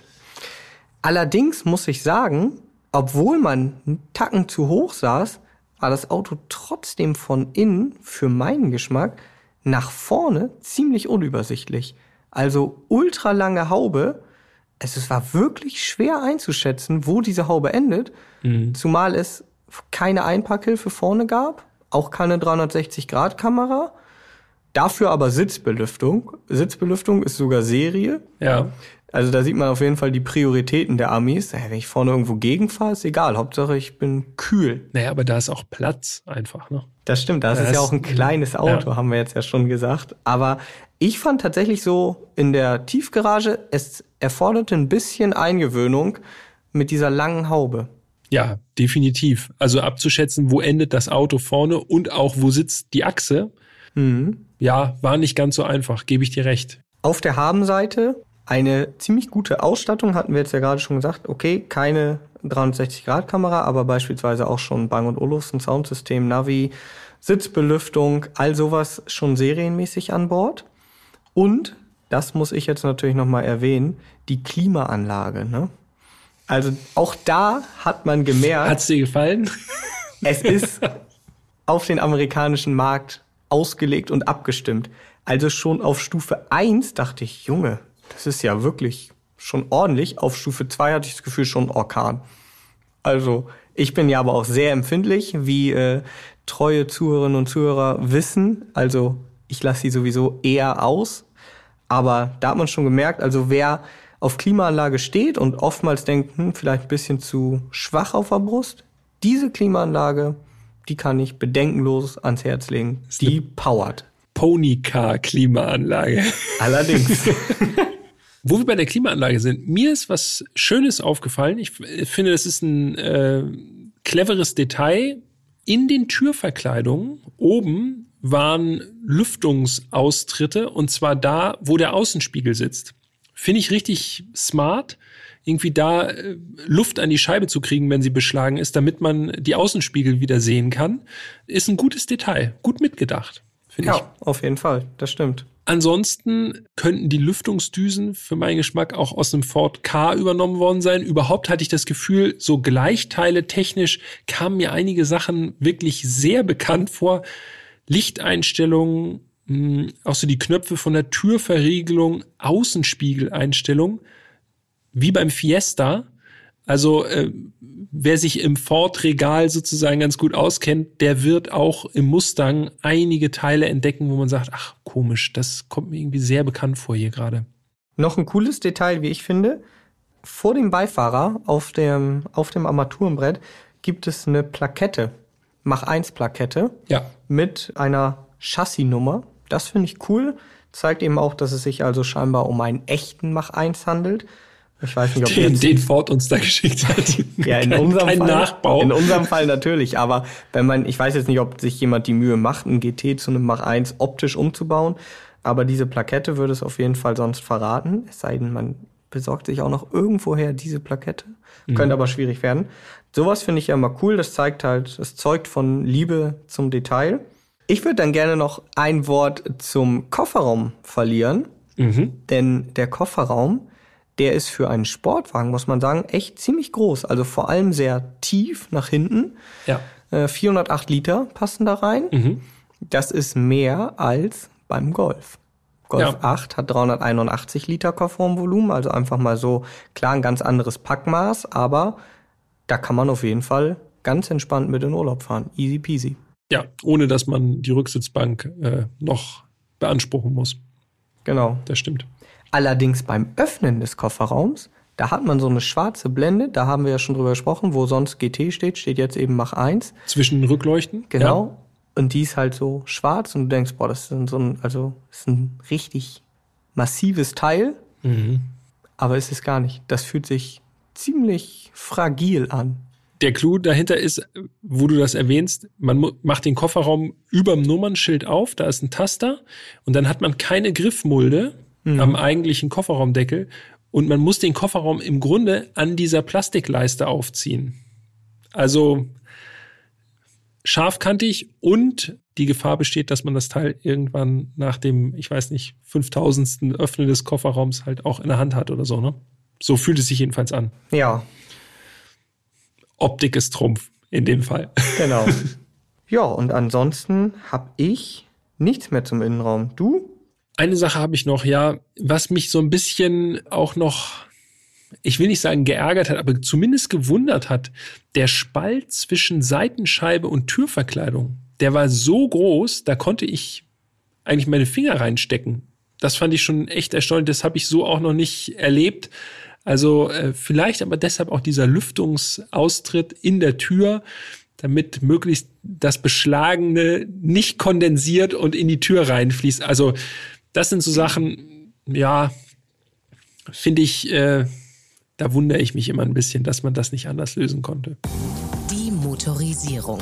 Allerdings muss ich sagen, obwohl man einen Tacken zu hoch saß, war das Auto trotzdem von innen, für meinen Geschmack, nach vorne ziemlich unübersichtlich. Also ultralange Haube. Es war wirklich schwer einzuschätzen, wo diese Haube endet. Mhm. Zumal es keine Einparkhilfe vorne gab, auch keine 360-Grad-Kamera. Dafür aber Sitzbelüftung. Sitzbelüftung ist sogar Serie. Ja. Also da sieht man auf jeden Fall die Prioritäten der Amis. Wenn ich vorne irgendwo gegenfahre, ist egal. Hauptsache ich bin kühl. Naja, aber da ist auch Platz einfach, ne? Das stimmt, das ist ja auch ein kleines Auto, haben wir jetzt ja schon gesagt. Aber ich fand tatsächlich so in der Tiefgarage, es erforderte ein bisschen Eingewöhnung mit dieser langen Haube. Ja, definitiv. Also abzuschätzen, wo endet das Auto vorne und auch wo sitzt die Achse. Mhm. Ja, war nicht ganz so einfach, gebe ich dir recht. Auf der Habenseite eine ziemlich gute Ausstattung, hatten wir jetzt ja gerade schon gesagt. Okay, keine 360-Grad-Kamera, aber beispielsweise auch schon Bang & Olufsen Soundsystem, Navi, Sitzbelüftung, all sowas schon serienmäßig an Bord. Und, das muss ich jetzt natürlich nochmal erwähnen, die Klimaanlage, ne? Also auch da hat man gemerkt... Hat's dir gefallen? Es ist auf den amerikanischen Markt ausgelegt und abgestimmt. Also schon auf Stufe 1 dachte ich, Junge, das ist ja wirklich schon ordentlich. Auf Stufe 2 hatte ich das Gefühl, schon Orkan. Also ich bin ja aber auch sehr empfindlich, wie treue Zuhörerinnen und Zuhörer wissen. Also ich lasse sie sowieso eher aus. Aber da hat man schon gemerkt, also wer auf Klimaanlage steht und oftmals denkt, vielleicht ein bisschen zu schwach auf der Brust, diese Klimaanlage, die kann ich bedenkenlos ans Herz legen. Die powert. Ponycar-Klimaanlage. Allerdings. Wo wir bei der Klimaanlage sind, mir ist was Schönes aufgefallen. Ich finde, das ist ein cleveres Detail. In den Türverkleidungen oben waren Lüftungsaustritte, und zwar da, wo der Außenspiegel sitzt. Finde ich richtig smart, irgendwie da Luft an die Scheibe zu kriegen, wenn sie beschlagen ist, damit man die Außenspiegel wieder sehen kann. Ist ein gutes Detail, gut mitgedacht, finde ich. Ja, auf jeden Fall, das stimmt. Ansonsten könnten die Lüftungsdüsen für meinen Geschmack auch aus einem Ford Ka übernommen worden sein. Überhaupt hatte ich das Gefühl, so Gleichteile technisch kamen mir einige Sachen wirklich sehr bekannt vor. Lichteinstellungen, auch so die Knöpfe von der Türverriegelung, Außenspiegeleinstellung, wie beim Fiesta. Also wer sich im Ford-Regal sozusagen ganz gut auskennt, der wird auch im Mustang einige Teile entdecken, wo man sagt, ach komisch, das kommt mir irgendwie sehr bekannt vor hier gerade. Noch ein cooles Detail, wie ich finde. Vor dem Beifahrer auf dem Armaturenbrett gibt es eine Plakette, Mach-1-Plakette, mit einer Chassisnummer. Das finde ich cool. Zeigt eben auch, dass es sich also scheinbar um einen echten Mach-1 handelt. Ich weiß nicht, ob den Ford uns da geschickt hat. Ja, in unserem Fall. Nachbau. In unserem Fall natürlich. Aber ich weiß jetzt nicht, ob sich jemand die Mühe macht, einen GT zu einem Mach-1 optisch umzubauen. Aber diese Plakette würde es auf jeden Fall sonst verraten. Es sei denn, man besorgt sich auch noch irgendwoher diese Plakette. Könnte aber schwierig werden. Sowas finde ich ja immer cool. Das zeigt halt, es zeugt von Liebe zum Detail. Ich würde dann gerne noch ein Wort zum Kofferraum verlieren. Denn der Kofferraum, der ist für einen Sportwagen, muss man sagen, echt ziemlich groß. Also vor allem sehr tief nach hinten. Ja. 408 Liter passen da rein. Das ist mehr als beim Golf. Golf 8 hat 381 Liter Kofferraumvolumen. Also einfach mal so, klar, ein ganz anderes Packmaß. Aber da kann man auf jeden Fall ganz entspannt mit in Urlaub fahren. Easy peasy. Ja, ohne dass man die Rücksitzbank noch beanspruchen muss. Genau. Das stimmt. Allerdings beim Öffnen des Kofferraums, da hat man so eine schwarze Blende, da haben wir ja schon drüber gesprochen, wo sonst GT steht jetzt eben Mach-1. Zwischen den Rückleuchten? Genau. Ja. Und die ist halt so schwarz und du denkst, boah, das ist ist ein richtig massives Teil. Aber ist es gar nicht. Das fühlt sich ziemlich fragil an. Der Clou dahinter ist, wo du das erwähnst, man macht den Kofferraum überm Nummernschild auf, da ist ein Taster und dann hat man keine Griffmulde am eigentlichen Kofferraumdeckel und man muss den Kofferraum im Grunde an dieser Plastikleiste aufziehen. Also scharfkantig und die Gefahr besteht, dass man das Teil irgendwann nach dem, 5000. Öffnen des Kofferraums halt auch in der Hand hat oder so, ne? So fühlt es sich jedenfalls an. Ja. Optik ist Trumpf in dem Fall. Genau. Ja, und ansonsten habe ich nichts mehr zum Innenraum. Du? Eine Sache habe ich noch, was mich so ein bisschen auch noch, ich will nicht sagen geärgert hat, aber zumindest gewundert hat. Der Spalt zwischen Seitenscheibe und Türverkleidung, der war so groß, da konnte ich eigentlich meine Finger reinstecken. Das fand ich schon echt erstaunlich, das habe ich so auch noch nicht erlebt. Also vielleicht aber deshalb auch dieser Lüftungsaustritt in der Tür, damit möglichst das Beschlagene nicht kondensiert und in die Tür reinfließt. Also das sind so Sachen, finde ich, da wundere ich mich immer ein bisschen, dass man das nicht anders lösen konnte. Die Motorisierung.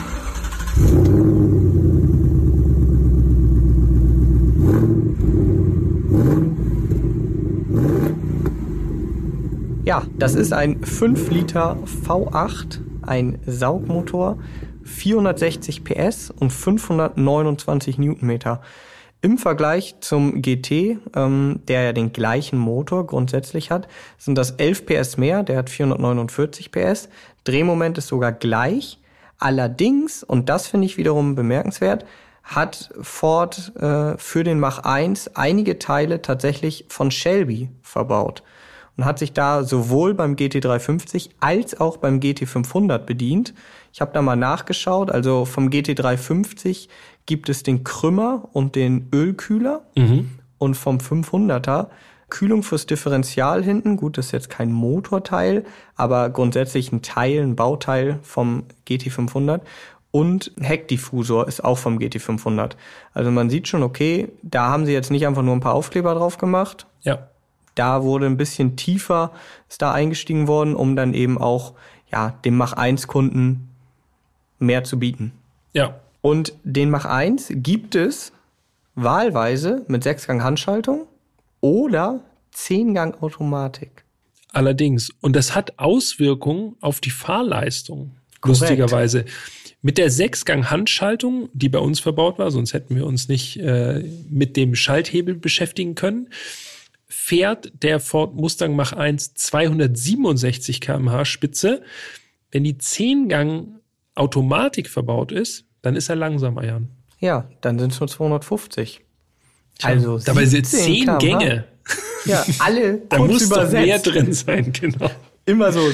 Ja, das ist ein 5 Liter V8, ein Saugmotor, 460 PS und 529 Newtonmeter. Im Vergleich zum GT, der ja den gleichen Motor grundsätzlich hat, sind das 11 PS mehr, der hat 449 PS. Drehmoment ist sogar gleich. Allerdings, und das finde ich wiederum bemerkenswert, hat Ford für den Mach-1 einige Teile tatsächlich von Shelby verbaut. Und hat sich da sowohl beim GT350 als auch beim GT500 bedient. Ich habe da mal nachgeschaut, also vom GT350 gibt es den Krümmer und den Ölkühler und vom 500er Kühlung fürs Differential hinten. Gut, das ist jetzt kein Motorteil, aber grundsätzlich ein Bauteil vom GT500. Und Heckdiffusor ist auch vom GT500. Also man sieht schon, okay, da haben sie jetzt nicht einfach nur ein paar Aufkleber drauf gemacht. Ja. Da wurde ein bisschen tiefer, ist da eingestiegen worden, um dann eben auch dem Mach-1-Kunden mehr zu bieten. Ja. Und den Mach-1 gibt es wahlweise mit 6-Gang-Handschaltung oder 10-Gang-Automatik. Allerdings. Und das hat Auswirkungen auf die Fahrleistung. lustigerweise. Mit der 6-Gang-Handschaltung, die bei uns verbaut war, sonst hätten wir uns nicht mit dem Schalthebel beschäftigen können, fährt der Ford Mustang Mach-1 267 km/h Spitze. Wenn die 10-Gang-Automatik verbaut ist, dann ist er langsamer, Jan. Ja, dann sind es nur 250. Also dabei sind 10 Gänge. Ja, alle da kurz muss übersetzt. Doch mehr drin sein, genau. Immer so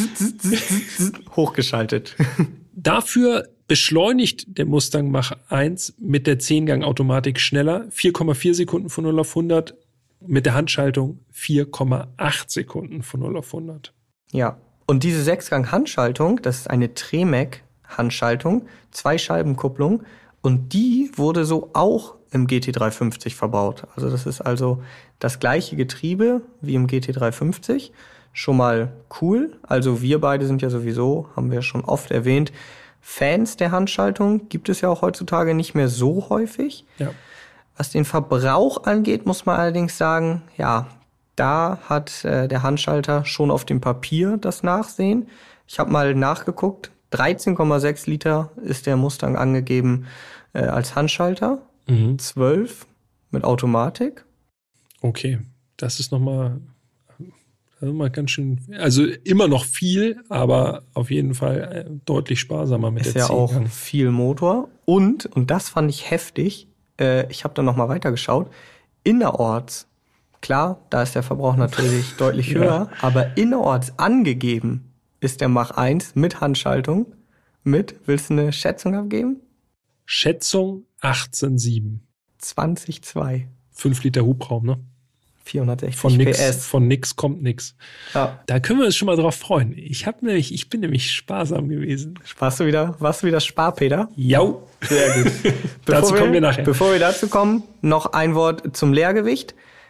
hochgeschaltet. Dafür beschleunigt der Mustang Mach-1 mit der 10-Gang-Automatik schneller. 4,4 Sekunden von 0 auf 100. Mit der Handschaltung 4,8 Sekunden von 0 auf 100. Ja, und diese 6-Gang-Handschaltung, das ist eine Tremec-Handschaltung, 2-Scheibenkupplung. Und die wurde so auch im GT350 verbaut. Also das ist also das gleiche Getriebe wie im GT350. Schon mal cool. Also wir beide sind ja sowieso, haben wir schon oft erwähnt, Fans der Handschaltung. Gibt es ja auch heutzutage nicht mehr so häufig. Ja. Was den Verbrauch angeht, muss man allerdings sagen, ja, da hat der Handschalter schon auf dem Papier das Nachsehen. Ich habe mal nachgeguckt, 13,6 Liter ist der Mustang angegeben als Handschalter, 12 mit Automatik. Okay, das ist nochmal ganz schön, also immer noch viel, aber auf jeden Fall deutlich sparsamer mit der 10 Gang. Ist ja auch viel Motor und das fand ich heftig, ich habe dann nochmal weitergeschaut, innerorts, klar, da ist der Verbrauch natürlich deutlich höher, aber innerorts angegeben ist der Mach-1 mit Handschaltung willst du eine Schätzung abgeben? Schätzung 18,7. 20,2. 5 Liter Hubraum, ne? 460 PS. Von nix kommt nix. Ja. Da können wir uns schon mal drauf freuen. Ich bin nämlich sparsam gewesen. Warst du wieder Sparpeter? Jau. Sehr gut. Dazu kommen wir nachher. Bevor wir dazu kommen, noch ein Wort zum Leergewicht.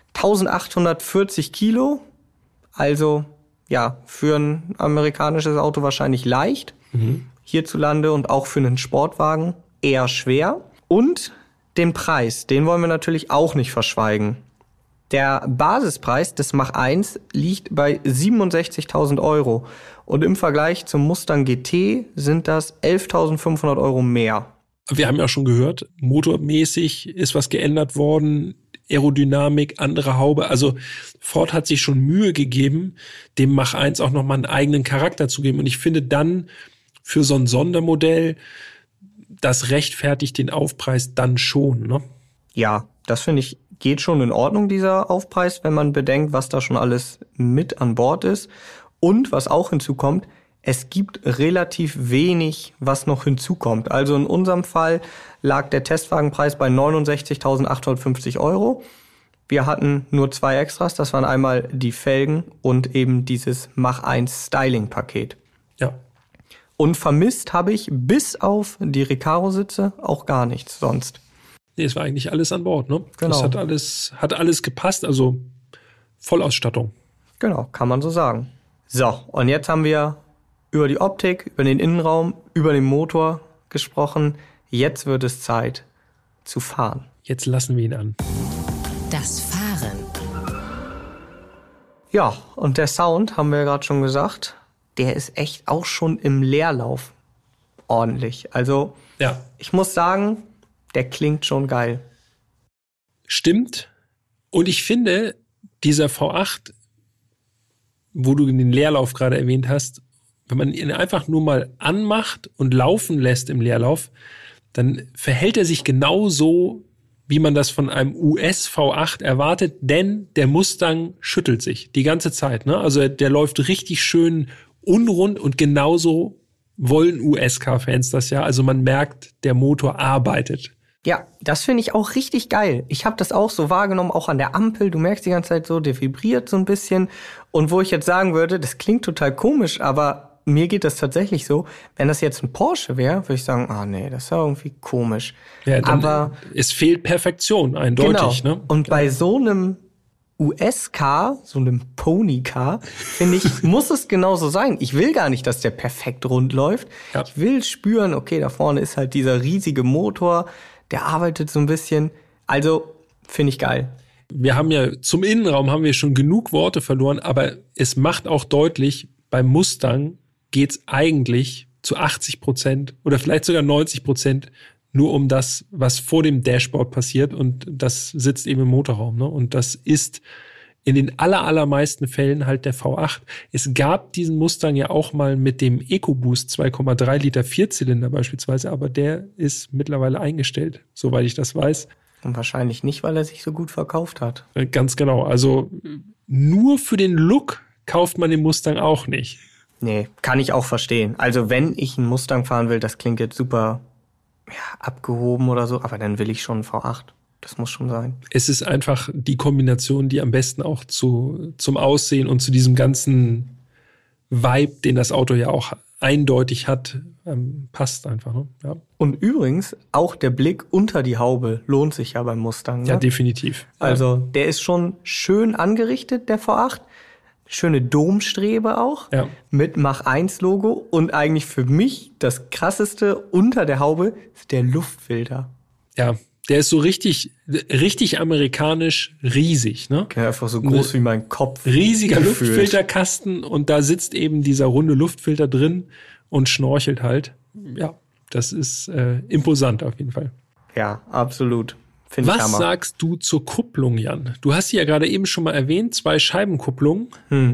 1840 Kilo. Also, ja, für ein amerikanisches Auto wahrscheinlich leicht. Hierzulande und auch für einen Sportwagen eher schwer. Und den Preis, den wollen wir natürlich auch nicht verschweigen. Der Basispreis des Mach-1 liegt bei 67.000 Euro und im Vergleich zum Mustang GT sind das 11.500 Euro mehr. Wir haben ja schon gehört, motormäßig ist was geändert worden, Aerodynamik, andere Haube. Also Ford hat sich schon Mühe gegeben, dem Mach-1 auch nochmal einen eigenen Charakter zu geben. Und ich finde dann für so ein Sondermodell, das rechtfertigt den Aufpreis dann schon, ne? Ja, das finde ich geht schon in Ordnung, dieser Aufpreis, wenn man bedenkt, was da schon alles mit an Bord ist. Und was auch hinzukommt, es gibt relativ wenig, was noch hinzukommt. Also in unserem Fall lag der Testwagenpreis bei 69.850 Euro. Wir hatten nur 2 Extras, das waren einmal die Felgen und eben dieses Mach-1 Styling-Paket. Ja. Und vermisst habe ich bis auf die Recaro-Sitze auch gar nichts sonst. Nee, es war eigentlich alles an Bord, ne? Genau. Das hat alles gepasst, also Vollausstattung. Genau, kann man so sagen. So, und jetzt haben wir über die Optik, über den Innenraum, über den Motor gesprochen. Jetzt wird es Zeit zu fahren. Jetzt lassen wir ihn an. Das Fahren. Ja, und der Sound, haben wir ja gerade schon gesagt, der ist echt auch schon im Leerlauf ordentlich. Also, ja. Ich muss sagen, der klingt schon geil. Stimmt. Und ich finde, dieser V8, wo du den Leerlauf gerade erwähnt hast, wenn man ihn einfach nur mal anmacht und laufen lässt im Leerlauf, dann verhält er sich genauso, wie man das von einem US V8 erwartet, denn der Mustang schüttelt sich die ganze Zeit, ne? Also der läuft richtig schön unrund und genauso wollen US-Car-Fans das ja. Also man merkt, der Motor arbeitet. Ja, das finde ich auch richtig geil. Ich habe das auch so wahrgenommen, auch an der Ampel. Du merkst die ganze Zeit so, der vibriert so ein bisschen. Und wo ich jetzt sagen würde, das klingt total komisch, aber mir geht das tatsächlich so. Wenn das jetzt ein Porsche wäre, würde ich sagen, nee, das ist ja irgendwie komisch. Ja, aber es fehlt Perfektion, eindeutig. Genau. Ne? Und bei so einem US-Car, so einem Pony-Car, finde ich, muss es genauso sein. Ich will gar nicht, dass der perfekt rund läuft. Ja. Ich will spüren, okay, da vorne ist halt dieser riesige Motor, der arbeitet so ein bisschen. Also, finde ich geil. Wir haben ja zum Innenraum haben wir schon genug Worte verloren, aber es macht auch deutlich, beim Mustang geht's eigentlich zu 80% oder vielleicht sogar 90% nur um das, was vor dem Dashboard passiert, und das sitzt eben im Motorraum, ne? Und das ist in den allermeisten Fällen halt der V8. Es gab diesen Mustang ja auch mal mit dem EcoBoost 2,3 Liter Vierzylinder beispielsweise, aber der ist mittlerweile eingestellt, soweit ich das weiß. Und wahrscheinlich nicht, weil er sich so gut verkauft hat. Ganz genau. Also nur für den Look kauft man den Mustang auch nicht. Nee, kann ich auch verstehen. Also wenn ich einen Mustang fahren will, das klingt jetzt super abgehoben oder so, aber dann will ich schon einen V8. Das muss schon sein. Es ist einfach die Kombination, die am besten auch zum Aussehen und zu diesem ganzen Vibe, den das Auto ja auch eindeutig hat, passt einfach. Ne? Ja. Und übrigens, auch der Blick unter die Haube lohnt sich ja beim Mustang. Ne? Ja, definitiv. Also der ist schon schön angerichtet, der V8. Schöne Domstrebe auch, mit Mach-1-Logo. Und eigentlich für mich das Krasseste unter der Haube ist der Luftfilter. Ja, der ist so richtig amerikanisch riesig, ne? Ja, einfach so groß wie mein Kopf. Riesiger Luftfilterkasten, und da sitzt eben dieser runde Luftfilter drin und schnorchelt halt. Ja, das ist imposant auf jeden Fall. Ja, absolut. Finde ich Hammer. Was sagst du zur Kupplung, Jan? Du hast sie ja gerade eben schon mal erwähnt, 2 Scheibenkupplung.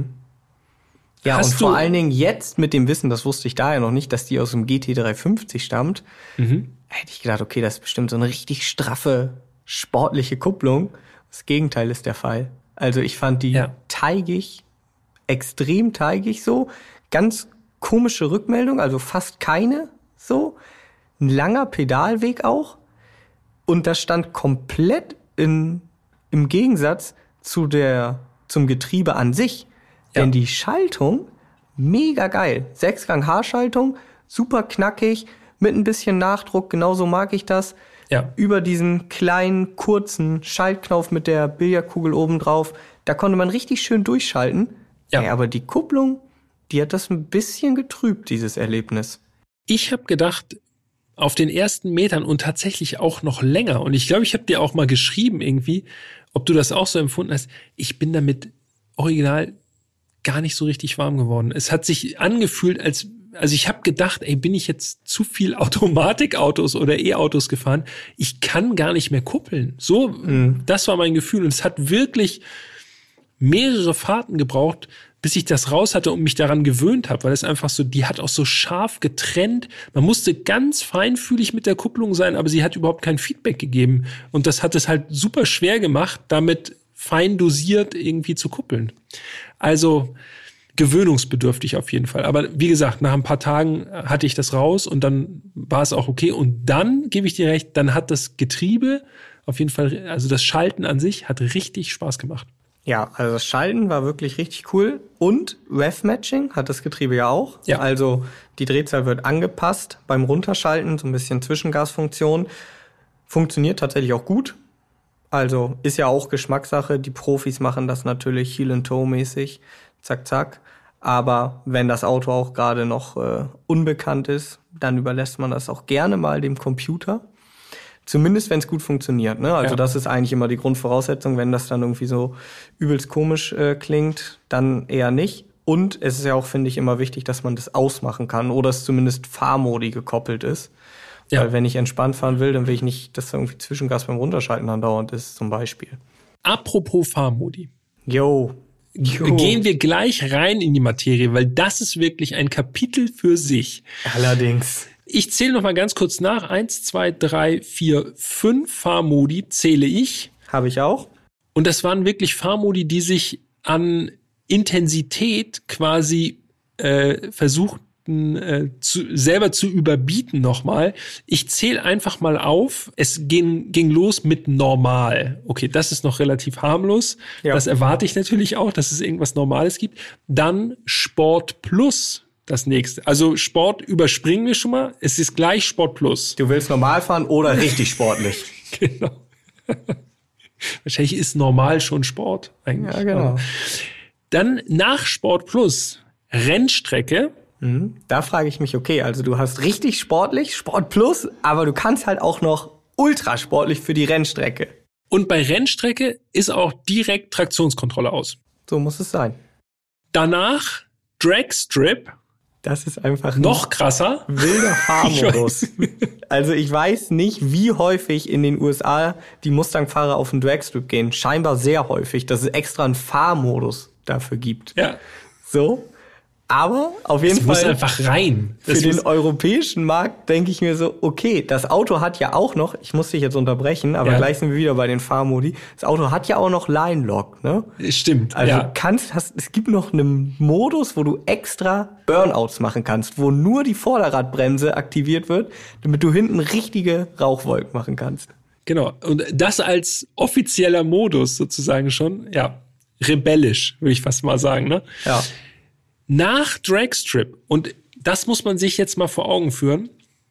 Ja, und vor allen Dingen jetzt mit dem Wissen, das wusste ich daher noch nicht, dass die aus dem GT350 stammt, hätte ich gedacht, okay, das ist bestimmt so eine richtig straffe, sportliche Kupplung. Das Gegenteil ist der Fall. Also ich fand die teigig, extrem teigig so. Ganz komische Rückmeldung, also fast keine so. Ein langer Pedalweg auch. Und das stand komplett im Gegensatz zum Getriebe an sich. Denn die Schaltung, mega geil. 6-Gang-H-Schaltung, super knackig, mit ein bisschen Nachdruck, genauso mag ich das. Ja. Über diesen kleinen, kurzen Schaltknopf mit der Billardkugel oben drauf, da konnte man richtig schön durchschalten. Ja. Aber die Kupplung, die hat das ein bisschen getrübt, dieses Erlebnis. Ich habe gedacht, auf den ersten Metern und tatsächlich auch noch länger, und ich glaube, ich habe dir auch mal geschrieben irgendwie, ob du das auch so empfunden hast, ich bin damit original gar nicht so richtig warm geworden. Es hat sich angefühlt, also ich habe gedacht, bin ich jetzt zu viel Automatikautos oder E-Autos gefahren? Ich kann gar nicht mehr kuppeln. So, das war mein Gefühl. Und es hat wirklich mehrere Fahrten gebraucht, bis ich das raus hatte und mich daran gewöhnt habe, weil es einfach so, die hat auch so scharf getrennt. Man musste ganz feinfühlig mit der Kupplung sein, aber sie hat überhaupt kein Feedback gegeben. Und das hat es halt super schwer gemacht, damit fein dosiert irgendwie zu kuppeln. Also gewöhnungsbedürftig auf jeden Fall. Aber wie gesagt, nach ein paar Tagen hatte ich das raus und dann war es auch okay. Und dann, gebe ich dir recht, dann hat das Getriebe auf jeden Fall, also das Schalten an sich hat richtig Spaß gemacht. Ja, also das Schalten war wirklich richtig cool. Und Rev-Matching hat das Getriebe ja auch. Ja. Also die Drehzahl wird angepasst beim Runterschalten, so ein bisschen Zwischengasfunktion. Funktioniert tatsächlich auch gut. Also ist ja auch Geschmackssache. Die Profis machen das natürlich Heel-and-Toe-mäßig. Zack, zack. Aber wenn das Auto auch gerade noch unbekannt ist, dann überlässt man das auch gerne mal dem Computer. Zumindest, wenn es gut funktioniert. Ne? Also das ist eigentlich immer die Grundvoraussetzung. Wenn das dann irgendwie so übelst komisch klingt, dann eher nicht. Und es ist ja auch, finde ich, immer wichtig, dass man das ausmachen kann oder es zumindest Fahrmodi gekoppelt ist. Ja. Weil wenn ich entspannt fahren will, dann will ich nicht, dass irgendwie Zwischengas beim Runterschalten andauernd ist, zum Beispiel. Apropos Fahrmodi. Jo. Gehen wir gleich rein in die Materie, weil das ist wirklich ein Kapitel für sich. Allerdings. Ich zähle noch mal ganz kurz nach. 1, 2, 3, 4, 5 Fahrmodi zähle ich. Habe ich auch. Und das waren wirklich Fahrmodi, die sich an Intensität quasi versuchten selber zu überbieten nochmal. Ich zähle einfach mal auf. Es ging los mit normal. Okay, das ist noch relativ harmlos. Ja. Das erwarte ich natürlich auch, dass es irgendwas Normales gibt. Dann Sport Plus. Das nächste. Also Sport überspringen wir schon mal. Es ist gleich Sport Plus. Du willst normal fahren oder richtig sportlich. Genau. Wahrscheinlich ist normal schon Sport eigentlich. Ja, genau. Dann nach Sport Plus Rennstrecke. Da frage ich mich, okay, also du hast richtig sportlich, Sport Plus, aber du kannst halt auch noch ultra sportlich für die Rennstrecke. Und bei Rennstrecke ist auch direkt Traktionskontrolle aus. So muss es sein. Danach Dragstrip. Das ist einfach noch krasser. Wilder Fahrmodus. Also ich weiß nicht, wie häufig in den USA die Mustang-Fahrer auf den Dragstrip gehen. Scheinbar sehr häufig, dass es extra einen Fahrmodus dafür gibt. Ja. So. Aber auf jeden Fall muss einfach rein. Für den europäischen Markt denke ich mir so, okay, das Auto hat ja auch noch, ich muss dich jetzt unterbrechen, aber gleich sind wir wieder bei den Fahrmodi, das Auto hat ja auch noch Line Lock, ne? Stimmt, also es gibt noch einen Modus, wo du extra Burnouts machen kannst, wo nur die Vorderradbremse aktiviert wird, damit du hinten richtige Rauchwolken machen kannst. Genau, und das als offizieller Modus sozusagen schon, rebellisch, würde ich fast mal sagen, ne? Ja. Nach Dragstrip, und das muss man sich jetzt mal vor Augen führen,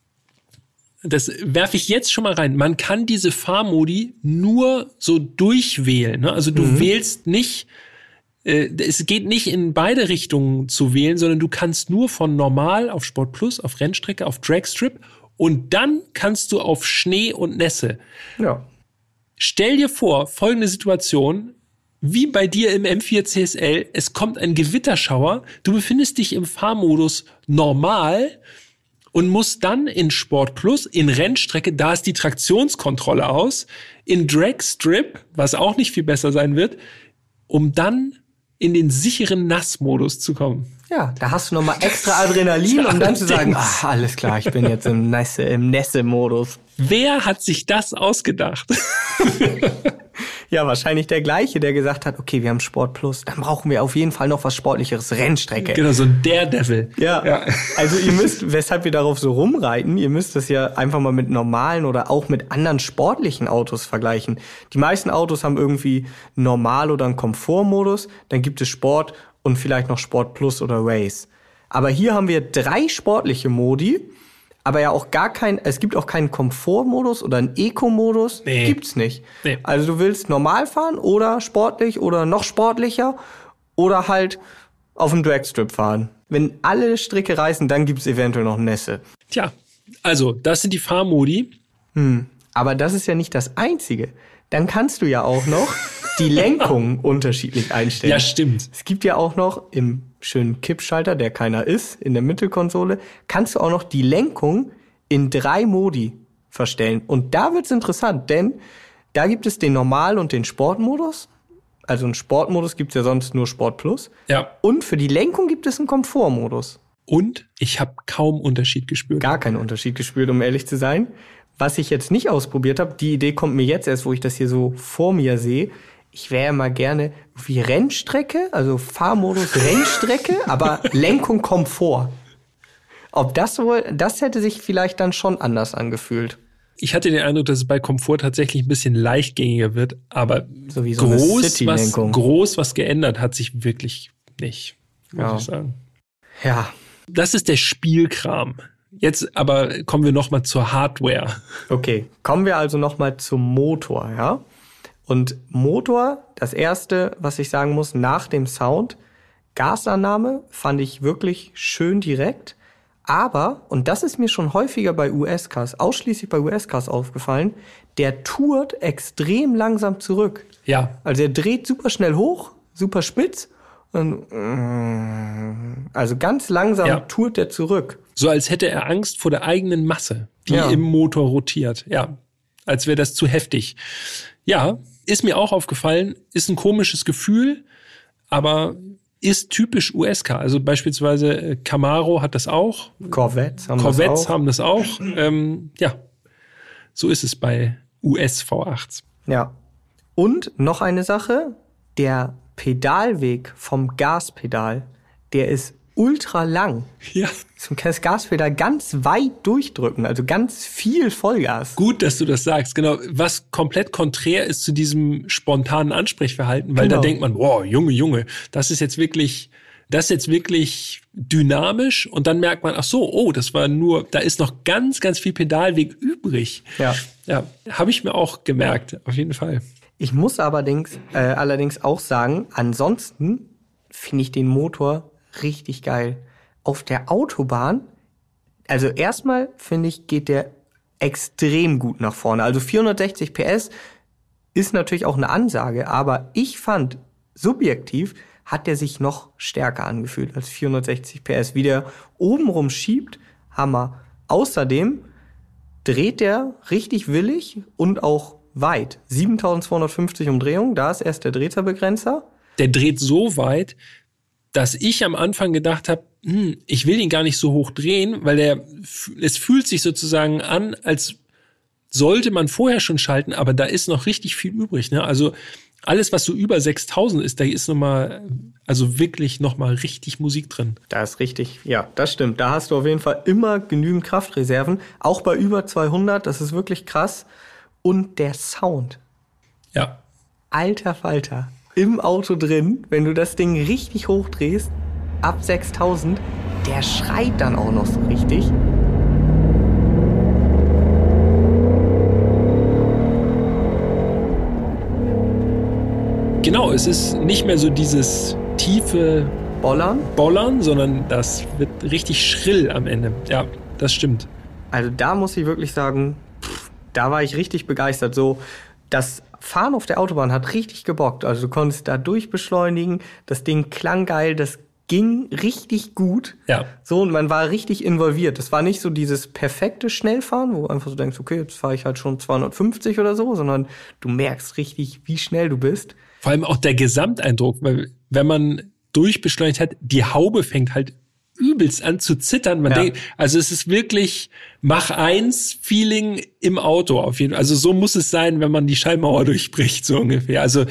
das werfe ich jetzt schon mal rein, man kann diese Fahrmodi nur so durchwählen. Ne? Also du wählst nicht, es geht nicht in beide Richtungen zu wählen, sondern du kannst nur von Normal auf Sport Plus, auf Rennstrecke, auf Dragstrip und dann kannst du auf Schnee und Nässe. Ja. Stell dir vor, folgende Situation, wie bei dir im M4 CSL, es kommt ein Gewitterschauer, du befindest dich im Fahrmodus Normal und musst dann in Sport Plus, in Rennstrecke, da ist die Traktionskontrolle aus, in Dragstrip, was auch nicht viel besser sein wird, um dann in den sicheren Nassmodus zu kommen. Ja, da hast du nochmal extra Adrenalin, um dann zu sagen, alles klar, ich bin jetzt im Nässe-Modus. Wer hat sich das ausgedacht? Ja, wahrscheinlich der gleiche, der gesagt hat, okay, wir haben Sport Plus, dann brauchen wir auf jeden Fall noch was Sportlicheres, Rennstrecke. Genau, so ein Daredevil. Ja, also ihr müsst, weshalb wir darauf so rumreiten, ihr müsst das ja einfach mal mit normalen oder auch mit anderen sportlichen Autos vergleichen. Die meisten Autos haben irgendwie Normal- oder einen Komfortmodus, dann gibt es Sport und vielleicht noch Sport Plus oder Race. Aber hier haben wir 3 sportliche Modi, aber ja auch es gibt auch keinen Komfortmodus oder einen Eco-Modus. Nee. Gibt's nicht. Nee. Also du willst normal fahren oder sportlich oder noch sportlicher oder halt auf dem Dragstrip fahren. Wenn alle Stricke reißen, dann gibt's eventuell noch Nässe. Tja, also das sind die Fahrmodi. Aber das ist ja nicht das Einzige. Dann kannst du ja auch noch die Lenkung unterschiedlich einstellen. Ja, stimmt. Es gibt ja auch noch im schönen Kippschalter, der keiner ist, in der Mittelkonsole, kannst du auch noch die Lenkung in 3 Modi verstellen. Und da wird's interessant, denn da gibt es den Normal- und den Sportmodus. Also einen Sportmodus gibt's ja sonst nur Sport Plus. Ja. Und für die Lenkung gibt es einen Komfortmodus. Und ich habe kaum Unterschied gespürt. Gar keinen Unterschied gespürt, um ehrlich zu sein. Was ich jetzt nicht ausprobiert habe, die Idee kommt mir jetzt erst, wo ich das hier so vor mir sehe. Ich wäre ja mal gerne wie Rennstrecke, also Fahrmodus Rennstrecke, aber Lenkung Komfort. Das hätte sich vielleicht dann schon anders angefühlt. Ich hatte den Eindruck, dass es bei Komfort tatsächlich ein bisschen leichtgängiger wird, aber so wie so groß was geändert hat sich wirklich nicht, muss ich sagen. Ja. Das ist der Spielkram. Jetzt aber kommen wir nochmal zur Hardware. Okay, kommen wir also nochmal zum Motor, ja? Und Motor, das erste, was ich sagen muss, nach dem Sound, Gasannahme fand ich wirklich schön direkt. Aber, und das ist mir schon häufiger bei US-Cars, ausschließlich bei US-Cars aufgefallen, der tourt extrem langsam zurück. Ja. Also er dreht super schnell hoch, super spitz. Und, also ganz langsam tourt er zurück. So als hätte er Angst vor der eigenen Masse, die im Motor rotiert. Ja, als wäre das zu heftig. Ja, ist mir auch aufgefallen, ist ein komisches Gefühl, aber ist typisch US-Car. Also beispielsweise Camaro hat das auch. Corvettes haben das auch. Ja, so ist es bei US V8s. Ja. Und noch eine Sache, der Pedalweg vom Gaspedal, der ist ultra lang. Ja. Du kannst das Gaspedal ganz weit durchdrücken, also ganz viel Vollgas. Gut, dass du das sagst, genau. Was komplett konträr ist zu diesem spontanen Ansprechverhalten, weil da denkt man, wow, Junge, das ist jetzt wirklich dynamisch und dann merkt man, ach so, das war nur, da ist noch ganz, ganz viel Pedalweg übrig. Ja, habe ich mir auch gemerkt, auf jeden Fall. Ich muss allerdings auch sagen, ansonsten finde ich den Motor richtig geil. Auf der Autobahn, also erstmal finde ich, geht der extrem gut nach vorne. Also 460 PS ist natürlich auch eine Ansage, aber ich fand subjektiv hat der sich noch stärker angefühlt als 460 PS. Wie der obenrum schiebt, Hammer. Außerdem dreht der richtig willig und auch weit. 7250 Umdrehungen, da ist erst der Drehzahlenbegrenzer. Der dreht so weit, dass ich am Anfang gedacht habe, ich will ihn gar nicht so hoch drehen, weil es fühlt sich sozusagen an, als sollte man vorher schon schalten, aber da ist noch richtig viel übrig. Ne? Also alles, was so über 6000 ist, da ist wirklich nochmal richtig Musik drin. Da ist richtig, ja, das stimmt. Da hast du auf jeden Fall immer genügend Kraftreserven. Auch bei über 200, das ist wirklich krass. Und der Sound. Ja. Alter Falter. Im Auto drin, wenn du das Ding richtig hochdrehst, ab 6000, der schreit dann auch noch so richtig. Genau, es ist nicht mehr so dieses tiefe Bollern, sondern das wird richtig schrill am Ende. Ja, das stimmt. Also da muss ich wirklich sagen, da war ich richtig begeistert. So, das Fahren auf der Autobahn hat richtig gebockt. Also du konntest da durchbeschleunigen, das Ding klang geil, das ging richtig gut. Ja. So, und man war richtig involviert. Das war nicht so dieses perfekte Schnellfahren, wo du einfach so denkst, okay, jetzt fahre ich halt schon 250 oder so, sondern du merkst richtig, wie schnell du bist. Vor allem auch der Gesamteindruck, weil wenn man durchbeschleunigt hat, die Haube fängt halt übelst an zu zittern. Man denkt, also es ist wirklich Mach-1-Feeling im Auto auf jeden Fall. Also so muss es sein, wenn man die Schallmauer durchbricht, so ungefähr. Also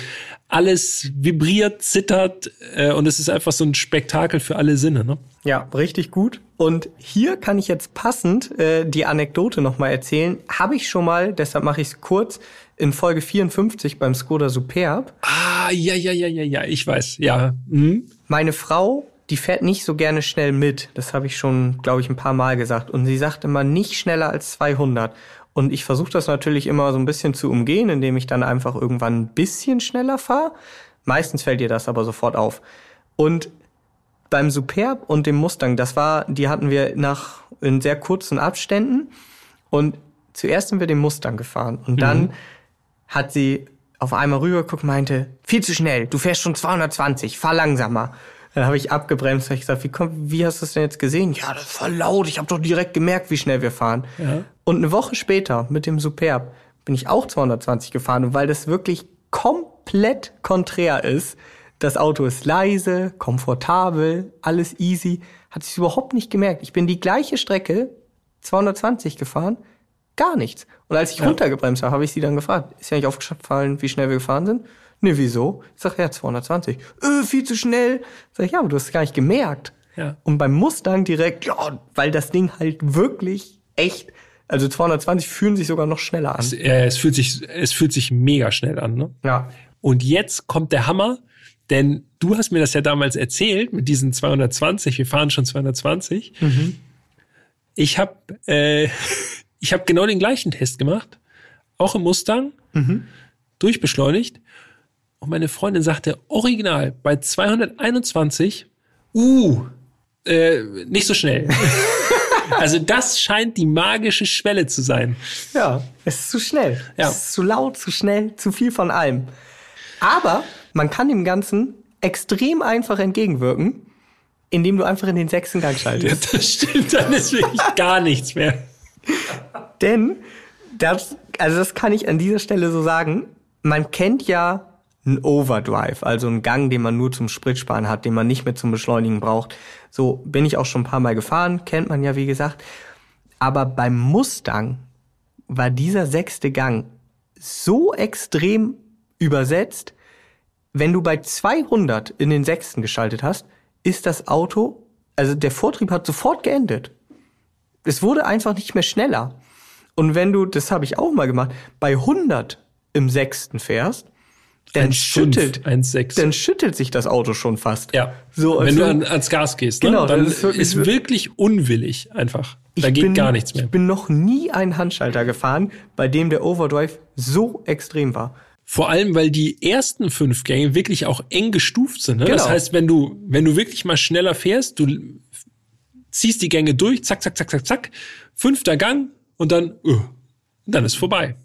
alles vibriert, zittert und es ist einfach so ein Spektakel für alle Sinne. Ne? Ja, richtig gut. Und hier kann ich jetzt passend die Anekdote nochmal erzählen. Habe ich schon mal, deshalb mache ich es kurz, in Folge 54 beim Skoda Superb. Ah, ja, ich weiß, ja. Mhm. Meine Frau, die fährt nicht so gerne schnell mit. Das habe ich schon, glaube ich, ein paar Mal gesagt. Und sie sagt immer nicht schneller als 200. Und ich versuche das natürlich immer so ein bisschen zu umgehen, indem ich dann einfach irgendwann ein bisschen schneller fahre. Meistens fällt ihr das aber sofort auf. Und beim Superb und dem Mustang, die hatten wir in sehr kurzen Abständen. Und zuerst sind wir den Mustang gefahren. Und dann hat sie auf einmal rübergeguckt und meinte, viel zu schnell, du fährst schon 220, fahr langsamer. Dann habe ich abgebremst, habe ich gesagt, wie hast du es denn jetzt gesehen? Ja, das war laut, ich habe doch direkt gemerkt, wie schnell wir fahren. Ja. Und eine Woche später mit dem Superb bin ich auch 220 gefahren. Und weil das wirklich komplett konträr ist, das Auto ist leise, komfortabel, alles easy, hat sich überhaupt nicht gemerkt. Ich bin die gleiche Strecke 220 gefahren, gar nichts. Und als ich runtergebremst habe, habe ich sie dann gefragt, ist ja nicht aufgefallen, wie schnell wir gefahren sind? Nee, wieso? Ich sag, ja, 220. Viel zu schnell. Sag ich, ja, aber du hast es gar nicht gemerkt. Ja. Und beim Mustang direkt, ja, weil das Ding halt wirklich echt, also 220 fühlen sich sogar noch schneller an. Es fühlt sich mega schnell an, ne? Ja. Und jetzt kommt der Hammer, denn du hast mir das ja damals erzählt mit diesen 220, wir fahren schon 220. Mhm. Ich habe genau den gleichen Test gemacht, auch im Mustang, durchbeschleunigt. Und meine Freundin sagte, original, bei 221, nicht so schnell. Also das scheint die magische Schwelle zu sein. Ja, es ist zu schnell. Ja. Es ist zu laut, zu schnell, zu viel von allem. Aber man kann dem Ganzen extrem einfach entgegenwirken, indem du einfach in den 6. Gang schaltest. Ja, das stimmt, dann ist wirklich gar nichts mehr. Denn, das kann ich an dieser Stelle so sagen, man kennt ja einen Overdrive, also einen Gang, den man nur zum Spritsparen hat, den man nicht mehr zum Beschleunigen braucht. So bin ich auch schon ein paar Mal gefahren, kennt man ja, wie gesagt. Aber beim Mustang war dieser 6. Gang so extrem übersetzt, wenn du bei 200 in den 6. geschaltet hast, ist das Auto, also der Vortrieb hat sofort geendet. Es wurde einfach nicht mehr schneller. Und wenn du, das habe ich auch mal gemacht, bei 100 im 6. fährst, dann schüttelt sich das Auto schon fast. Ja, so, wenn du ans Gas gehst, genau, ne? Dann ist wirklich unwillig einfach. Da geht gar nichts mehr. Ich bin noch nie einen Handschalter gefahren, bei dem der Overdrive so extrem war. Vor allem, weil die ersten 5 Gänge wirklich auch eng gestuft sind. Ne? Genau. Das heißt, wenn du wirklich mal schneller fährst, du ziehst die Gänge durch, zack, zack, zack, zack, zack, 5. Gang und dann ist vorbei.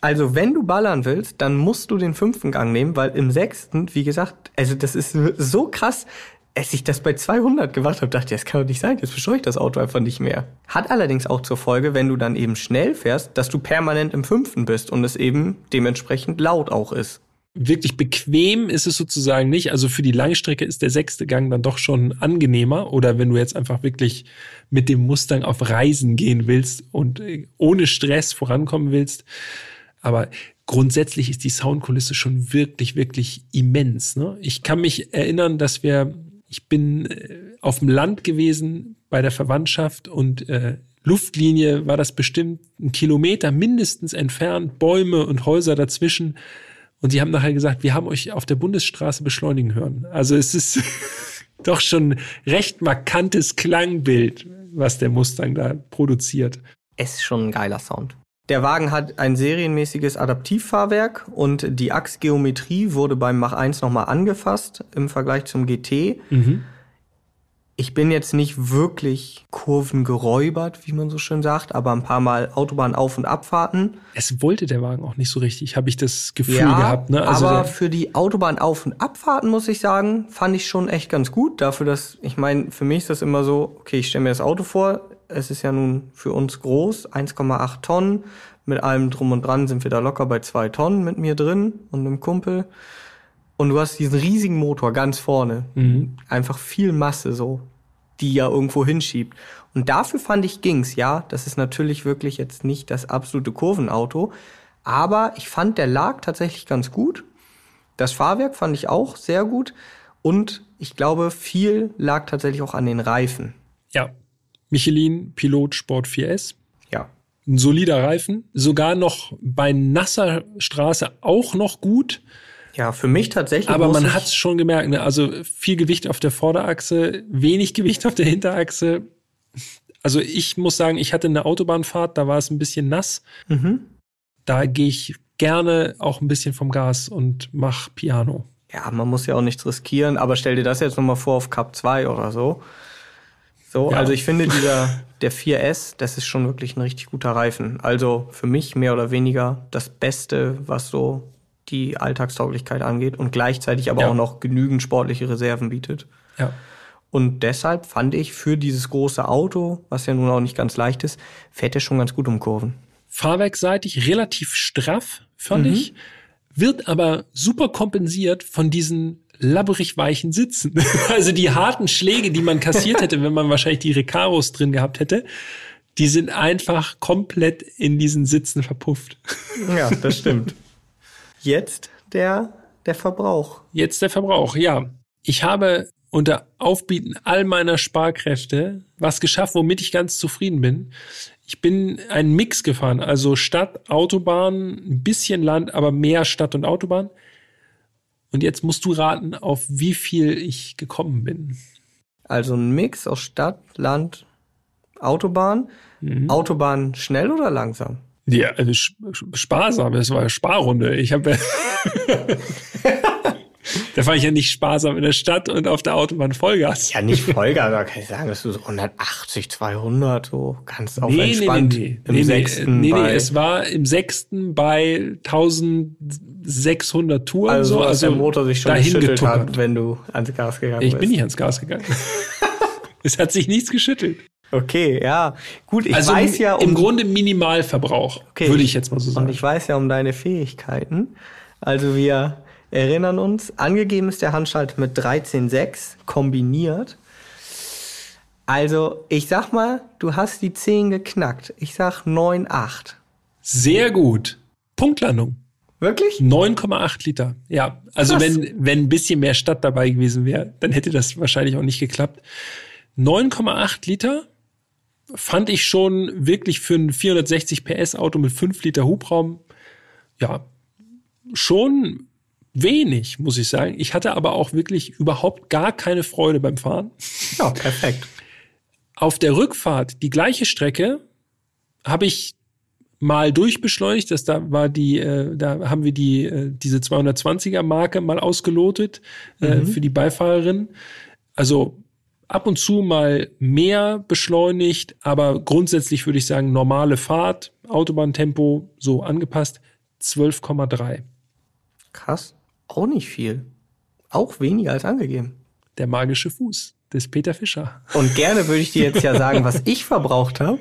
Also wenn du ballern willst, dann musst du den 5. Gang nehmen, weil im 6., wie gesagt, also das ist so krass, als ich das bei 200 gemacht habe, dachte ich, das kann doch nicht sein, jetzt beschleunige ich das Auto einfach nicht mehr. Hat allerdings auch zur Folge, wenn du dann eben schnell fährst, dass du permanent im 5. bist und es eben dementsprechend laut auch ist. Wirklich bequem ist es sozusagen nicht. Also für die Langstrecke ist der 6. Gang dann doch schon angenehmer. Oder wenn du jetzt einfach wirklich mit dem Mustang auf Reisen gehen willst und ohne Stress vorankommen willst. Aber grundsätzlich ist die Soundkulisse schon wirklich, wirklich immens. Ne? Ich kann mich erinnern, ich bin auf dem Land gewesen bei der Verwandtschaft und Luftlinie war das bestimmt 1 Kilometer mindestens entfernt, Bäume und Häuser dazwischen. Und die haben nachher gesagt, wir haben euch auf der Bundesstraße beschleunigen hören. Also es ist doch schon recht markantes Klangbild, was der Mustang da produziert. Es ist schon ein geiler Sound. Der Wagen hat ein serienmäßiges Adaptivfahrwerk und die Achsgeometrie wurde beim Mach 1 nochmal angefasst im Vergleich zum GT. Mhm. Ich bin jetzt nicht wirklich kurvengeräubert, wie man so schön sagt, aber ein paar Mal Autobahn-Auf- und Abfahrten. Es wollte der Wagen auch nicht so richtig, habe ich das Gefühl gehabt. Ne? Also aber für die Autobahn-Auf- und Abfahrten, muss ich sagen, fand ich schon echt ganz gut. Dafür, dass, ich meine, für mich ist das immer so, okay, ich stelle mir das Auto vor, es ist ja nun für uns groß, 1,8 Tonnen. Mit allem drum und dran sind wir da locker bei 2 Tonnen mit mir drin und einem Kumpel. Und du hast diesen riesigen Motor ganz vorne. Mhm. Einfach viel Masse so, die ja irgendwo hinschiebt. Und dafür fand ich ging's, ja. Das ist natürlich wirklich jetzt nicht das absolute Kurvenauto. Aber ich fand, der lag tatsächlich ganz gut. Das Fahrwerk fand ich auch sehr gut. Und ich glaube, viel lag tatsächlich auch an den Reifen. Ja, Michelin Pilot Sport 4S. Ja. Ein solider Reifen. Sogar noch bei nasser Straße auch noch gut. Ja, für mich tatsächlich. Aber man hat es schon gemerkt, ne? Also viel Gewicht auf der Vorderachse, wenig Gewicht auf der Hinterachse. Also ich muss sagen, ich hatte eine Autobahnfahrt, da war es ein bisschen nass. Mhm. Da gehe ich gerne auch ein bisschen vom Gas und mach Piano. Ja, man muss ja auch nichts riskieren, aber stell dir das jetzt nochmal vor auf Cup 2 oder so. So, ja. Also ich finde der 4S, das ist schon wirklich ein richtig guter Reifen. Also für mich mehr oder weniger das Beste, was so die Alltagstauglichkeit angeht und gleichzeitig aber auch noch genügend sportliche Reserven bietet. Ja. Und deshalb fand ich für dieses große Auto, was ja nun auch nicht ganz leicht ist, fährt er schon ganz gut um Kurven. Fahrwerksseitig relativ straff, fand ich, wird aber super kompensiert von diesen labberig weichen Sitzen. Also die harten Schläge, die man kassiert hätte, wenn man wahrscheinlich die Recaros drin gehabt hätte, die sind einfach komplett in diesen Sitzen verpufft. Ja, das stimmt. Jetzt der Verbrauch. Jetzt der Verbrauch, ja. Ich habe unter Aufbieten all meiner Sparkräfte was geschafft, womit ich ganz zufrieden bin. Ich bin einen Mix gefahren, also Stadt, Autobahn, ein bisschen Land, aber mehr Stadt und Autobahn. Und jetzt musst du raten, auf wie viel ich gekommen bin. Also ein Mix aus Stadt, Land, Autobahn. Autobahn schnell oder langsam? Ja, also sparsam, das war eine Sparrunde. Ich habe da fahre ich ja nicht sparsam in der Stadt und auf der Autobahn Vollgas. Ja, nicht Vollgas, da kann ich sagen, dass du so 180, 200, so ganz auf entspannt. Im 6. Es war im 6. bei 1600 Touren. Also, als der Motor sich schon geschüttelt hat, wenn du ans Gas gegangen bist. Ich bin nicht ans Gas gegangen. Es hat sich nichts geschüttelt. Okay, ja. Gut, ich weiß ja im Grunde Minimalverbrauch, würde ich jetzt mal so sagen. Und ich weiß ja um deine Fähigkeiten. Also wir erinnern uns, angegeben ist der Handschalter mit 13,6 kombiniert. Also ich sag mal, du hast die 10 geknackt. Ich sag 9,8. Sehr gut. Punktlandung. Wirklich? 9,8 Liter. Ja, also wenn ein bisschen mehr Stadt dabei gewesen wäre, dann hätte das wahrscheinlich auch nicht geklappt. 9,8 Liter fand ich schon wirklich für ein 460 PS Auto mit 5 Liter Hubraum, ja, schon wenig, muss ich sagen. Ich hatte aber auch wirklich überhaupt gar keine Freude beim Fahren. Ja, perfekt. Auf der Rückfahrt, die gleiche Strecke, habe ich mal durchbeschleunigt. Da haben wir diese 220er Marke mal ausgelotet für die Beifahrerin. Also ab und zu mal mehr beschleunigt, aber grundsätzlich würde ich sagen, normale Fahrt, Autobahntempo so angepasst. 12,3. Krass. Auch nicht viel. Auch weniger als angegeben. Der magische Fuß des Peter Fischer. Und gerne würde ich dir jetzt ja sagen, was ich verbraucht habe.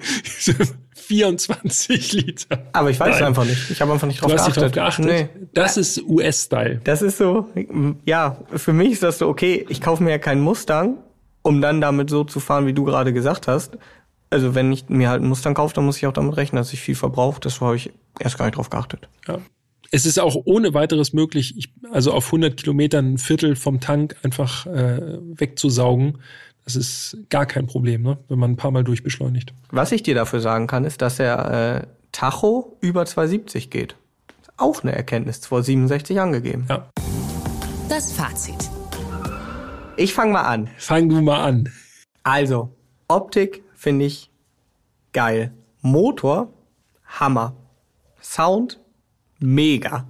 24 Liter. Aber ich weiß es einfach nicht. Ich habe einfach nicht drauf geachtet. Du hast nicht drauf geachtet? Nee. Das ist US-Style. Das ist so, ja, für mich ist das so, okay, ich kaufe mir ja keinen Mustang, um dann damit so zu fahren, wie du gerade gesagt hast. Also wenn ich mir halt einen Mustang kaufe, dann muss ich auch damit rechnen, dass ich viel verbrauche. Das habe ich erst gar nicht drauf geachtet. Ja. Es ist auch ohne weiteres möglich, also auf 100 Kilometern ein Viertel vom Tank einfach wegzusaugen. Das ist gar kein Problem, ne? Wenn man ein paar Mal durchbeschleunigt. Was ich dir dafür sagen kann, ist, dass der Tacho über 270 geht. Auch eine Erkenntnis, 267 angegeben. Ja. Das Fazit. Ich fange mal an. Fang du mal an. Also, Optik finde ich geil. Motor, Hammer. Sound, mega.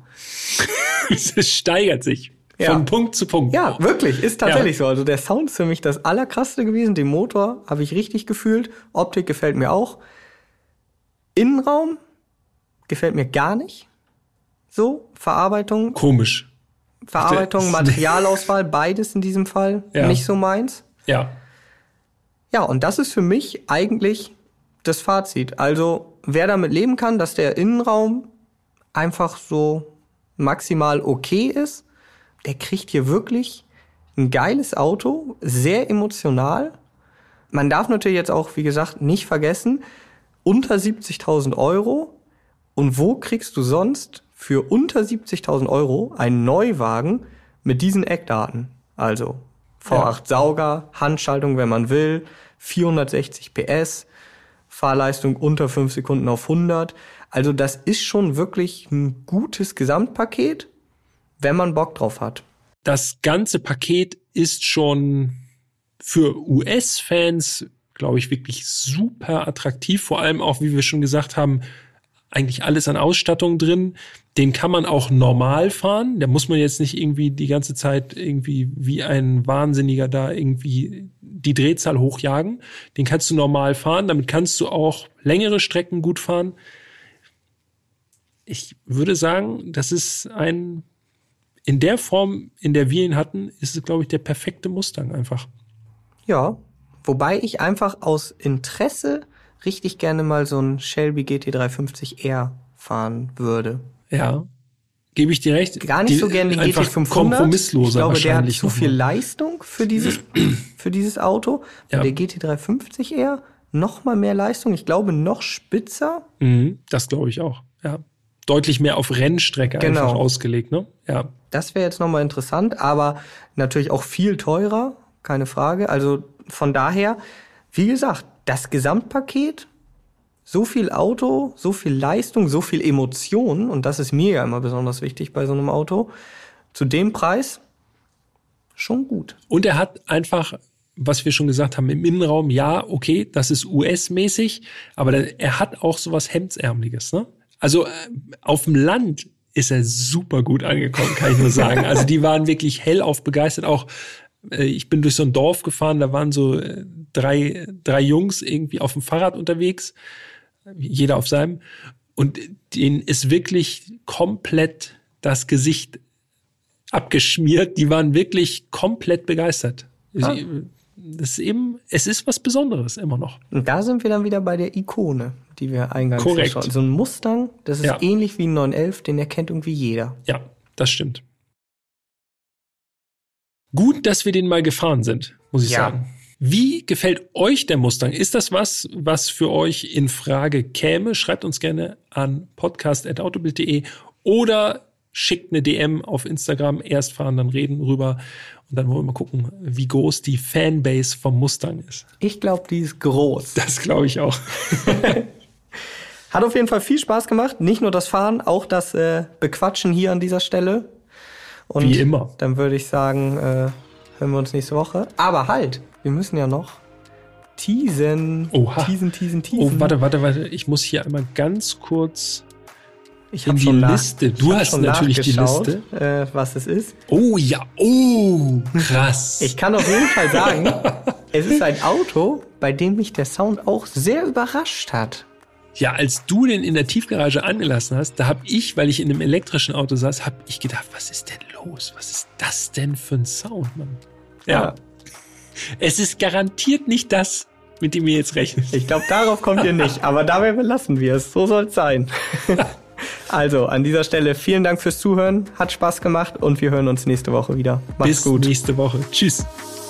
Es steigert sich von Punkt zu Punkt. Ja, wirklich, ist tatsächlich so. Also der Sound ist für mich das Allerkrasseste gewesen. Den Motor habe ich richtig gefühlt. Optik gefällt mir auch. Innenraum gefällt mir gar nicht. So, Verarbeitung. Komisch. Verarbeitung, Materialauswahl, beides in diesem Fall nicht so meins. Ja. Ja, und das ist für mich eigentlich das Fazit. Also, wer damit leben kann, dass der Innenraum einfach so maximal okay ist, der kriegt hier wirklich ein geiles Auto, sehr emotional. Man darf natürlich jetzt auch, wie gesagt, nicht vergessen, unter 70.000 Euro. Und wo kriegst du sonst für unter 70.000 Euro einen Neuwagen mit diesen Eckdaten? Also V8 Sauger, Handschaltung, wenn man will, 460 PS, Fahrleistung unter 5 Sekunden auf 100. Also das ist schon wirklich ein gutes Gesamtpaket, wenn man Bock drauf hat. Das ganze Paket ist schon für US-Fans, glaube ich, wirklich super attraktiv. Vor allem auch, wie wir schon gesagt haben, eigentlich alles an Ausstattung drin. Den kann man auch normal fahren. Da muss man jetzt nicht irgendwie die ganze Zeit irgendwie wie ein Wahnsinniger da irgendwie die Drehzahl hochjagen. Den kannst du normal fahren. Damit kannst du auch längere Strecken gut fahren. Ich würde sagen, das ist in der Form, in der wir ihn hatten, ist es, glaube ich, der perfekte Mustang einfach. Ja, wobei ich einfach aus Interesse richtig gerne mal so einen Shelby GT350R fahren würde. Ja, gebe ich dir recht. Gar nicht so gerne den GT500. Kompromissloser. Ich glaube, der hat zu viel Leistung für dieses Auto. Ja. Und der GT350R noch mal mehr Leistung. Ich glaube, noch spitzer. Das glaube ich auch, ja. Deutlich mehr auf Rennstrecke einfach ausgelegt, ne? Ja. Das wäre jetzt noch mal interessant, aber natürlich auch viel teurer, keine Frage. Also von daher, wie gesagt, das Gesamtpaket, so viel Auto, so viel Leistung, so viel Emotion, und das ist mir ja immer besonders wichtig bei so einem Auto, zu dem Preis schon gut. Und er hat einfach, was wir schon gesagt haben, im Innenraum, ja, okay, das ist US-mäßig, aber er hat auch sowas Hemdsärmeliges, ne? Also auf dem Land ist er super gut angekommen, kann ich nur sagen. Also die waren wirklich hellauf begeistert. Auch ich bin durch so ein Dorf gefahren, da waren so drei Jungs irgendwie auf dem Fahrrad unterwegs, jeder auf seinem. Und denen ist wirklich komplett das Gesicht abgeschmiert. Die waren wirklich komplett begeistert. Ah. Das ist es ist was Besonderes immer noch. Und da sind wir dann wieder bei der Ikone, die wir eingangs Korrekt. So ein Mustang, das ist ähnlich wie ein 911, den erkennt irgendwie jeder. Ja, das stimmt. Gut, dass wir den mal gefahren sind, muss ich sagen. Wie gefällt euch der Mustang? Ist das was für euch in Frage käme? Schreibt uns gerne an podcast@autobild.de oder schickt eine DM auf Instagram, erst fahren, dann reden rüber. Und dann wollen wir mal gucken, wie groß die Fanbase vom Mustang ist. Ich glaube, die ist groß. Das glaube ich auch. Hat auf jeden Fall viel Spaß gemacht. Nicht nur das Fahren, auch das Bequatschen hier an dieser Stelle. Und wie immer. Dann würde ich sagen, hören wir uns nächste Woche. Aber halt, wir müssen ja noch teasen. Oha. Teasen. Oh, warte. Ich muss hier einmal ganz kurz in die Liste. Du hast natürlich die Liste. Was es ist. Oh ja, oh, krass. Ich kann auf jeden Fall sagen, es ist ein Auto, bei dem mich der Sound auch sehr überrascht hat. Ja, als du den in der Tiefgarage angelassen hast, da habe ich, weil ich in einem elektrischen Auto saß, habe ich gedacht, was ist denn los? Was ist das denn für ein Sound, Mann? Ja. Es ist garantiert nicht das, mit dem ihr jetzt rechnet. Ich glaube, darauf kommt ihr nicht, aber dabei belassen wir es. So soll es sein. Also, an dieser Stelle vielen Dank fürs Zuhören. Hat Spaß gemacht und wir hören uns nächste Woche wieder. Macht's gut. Bis nächste Woche. Tschüss.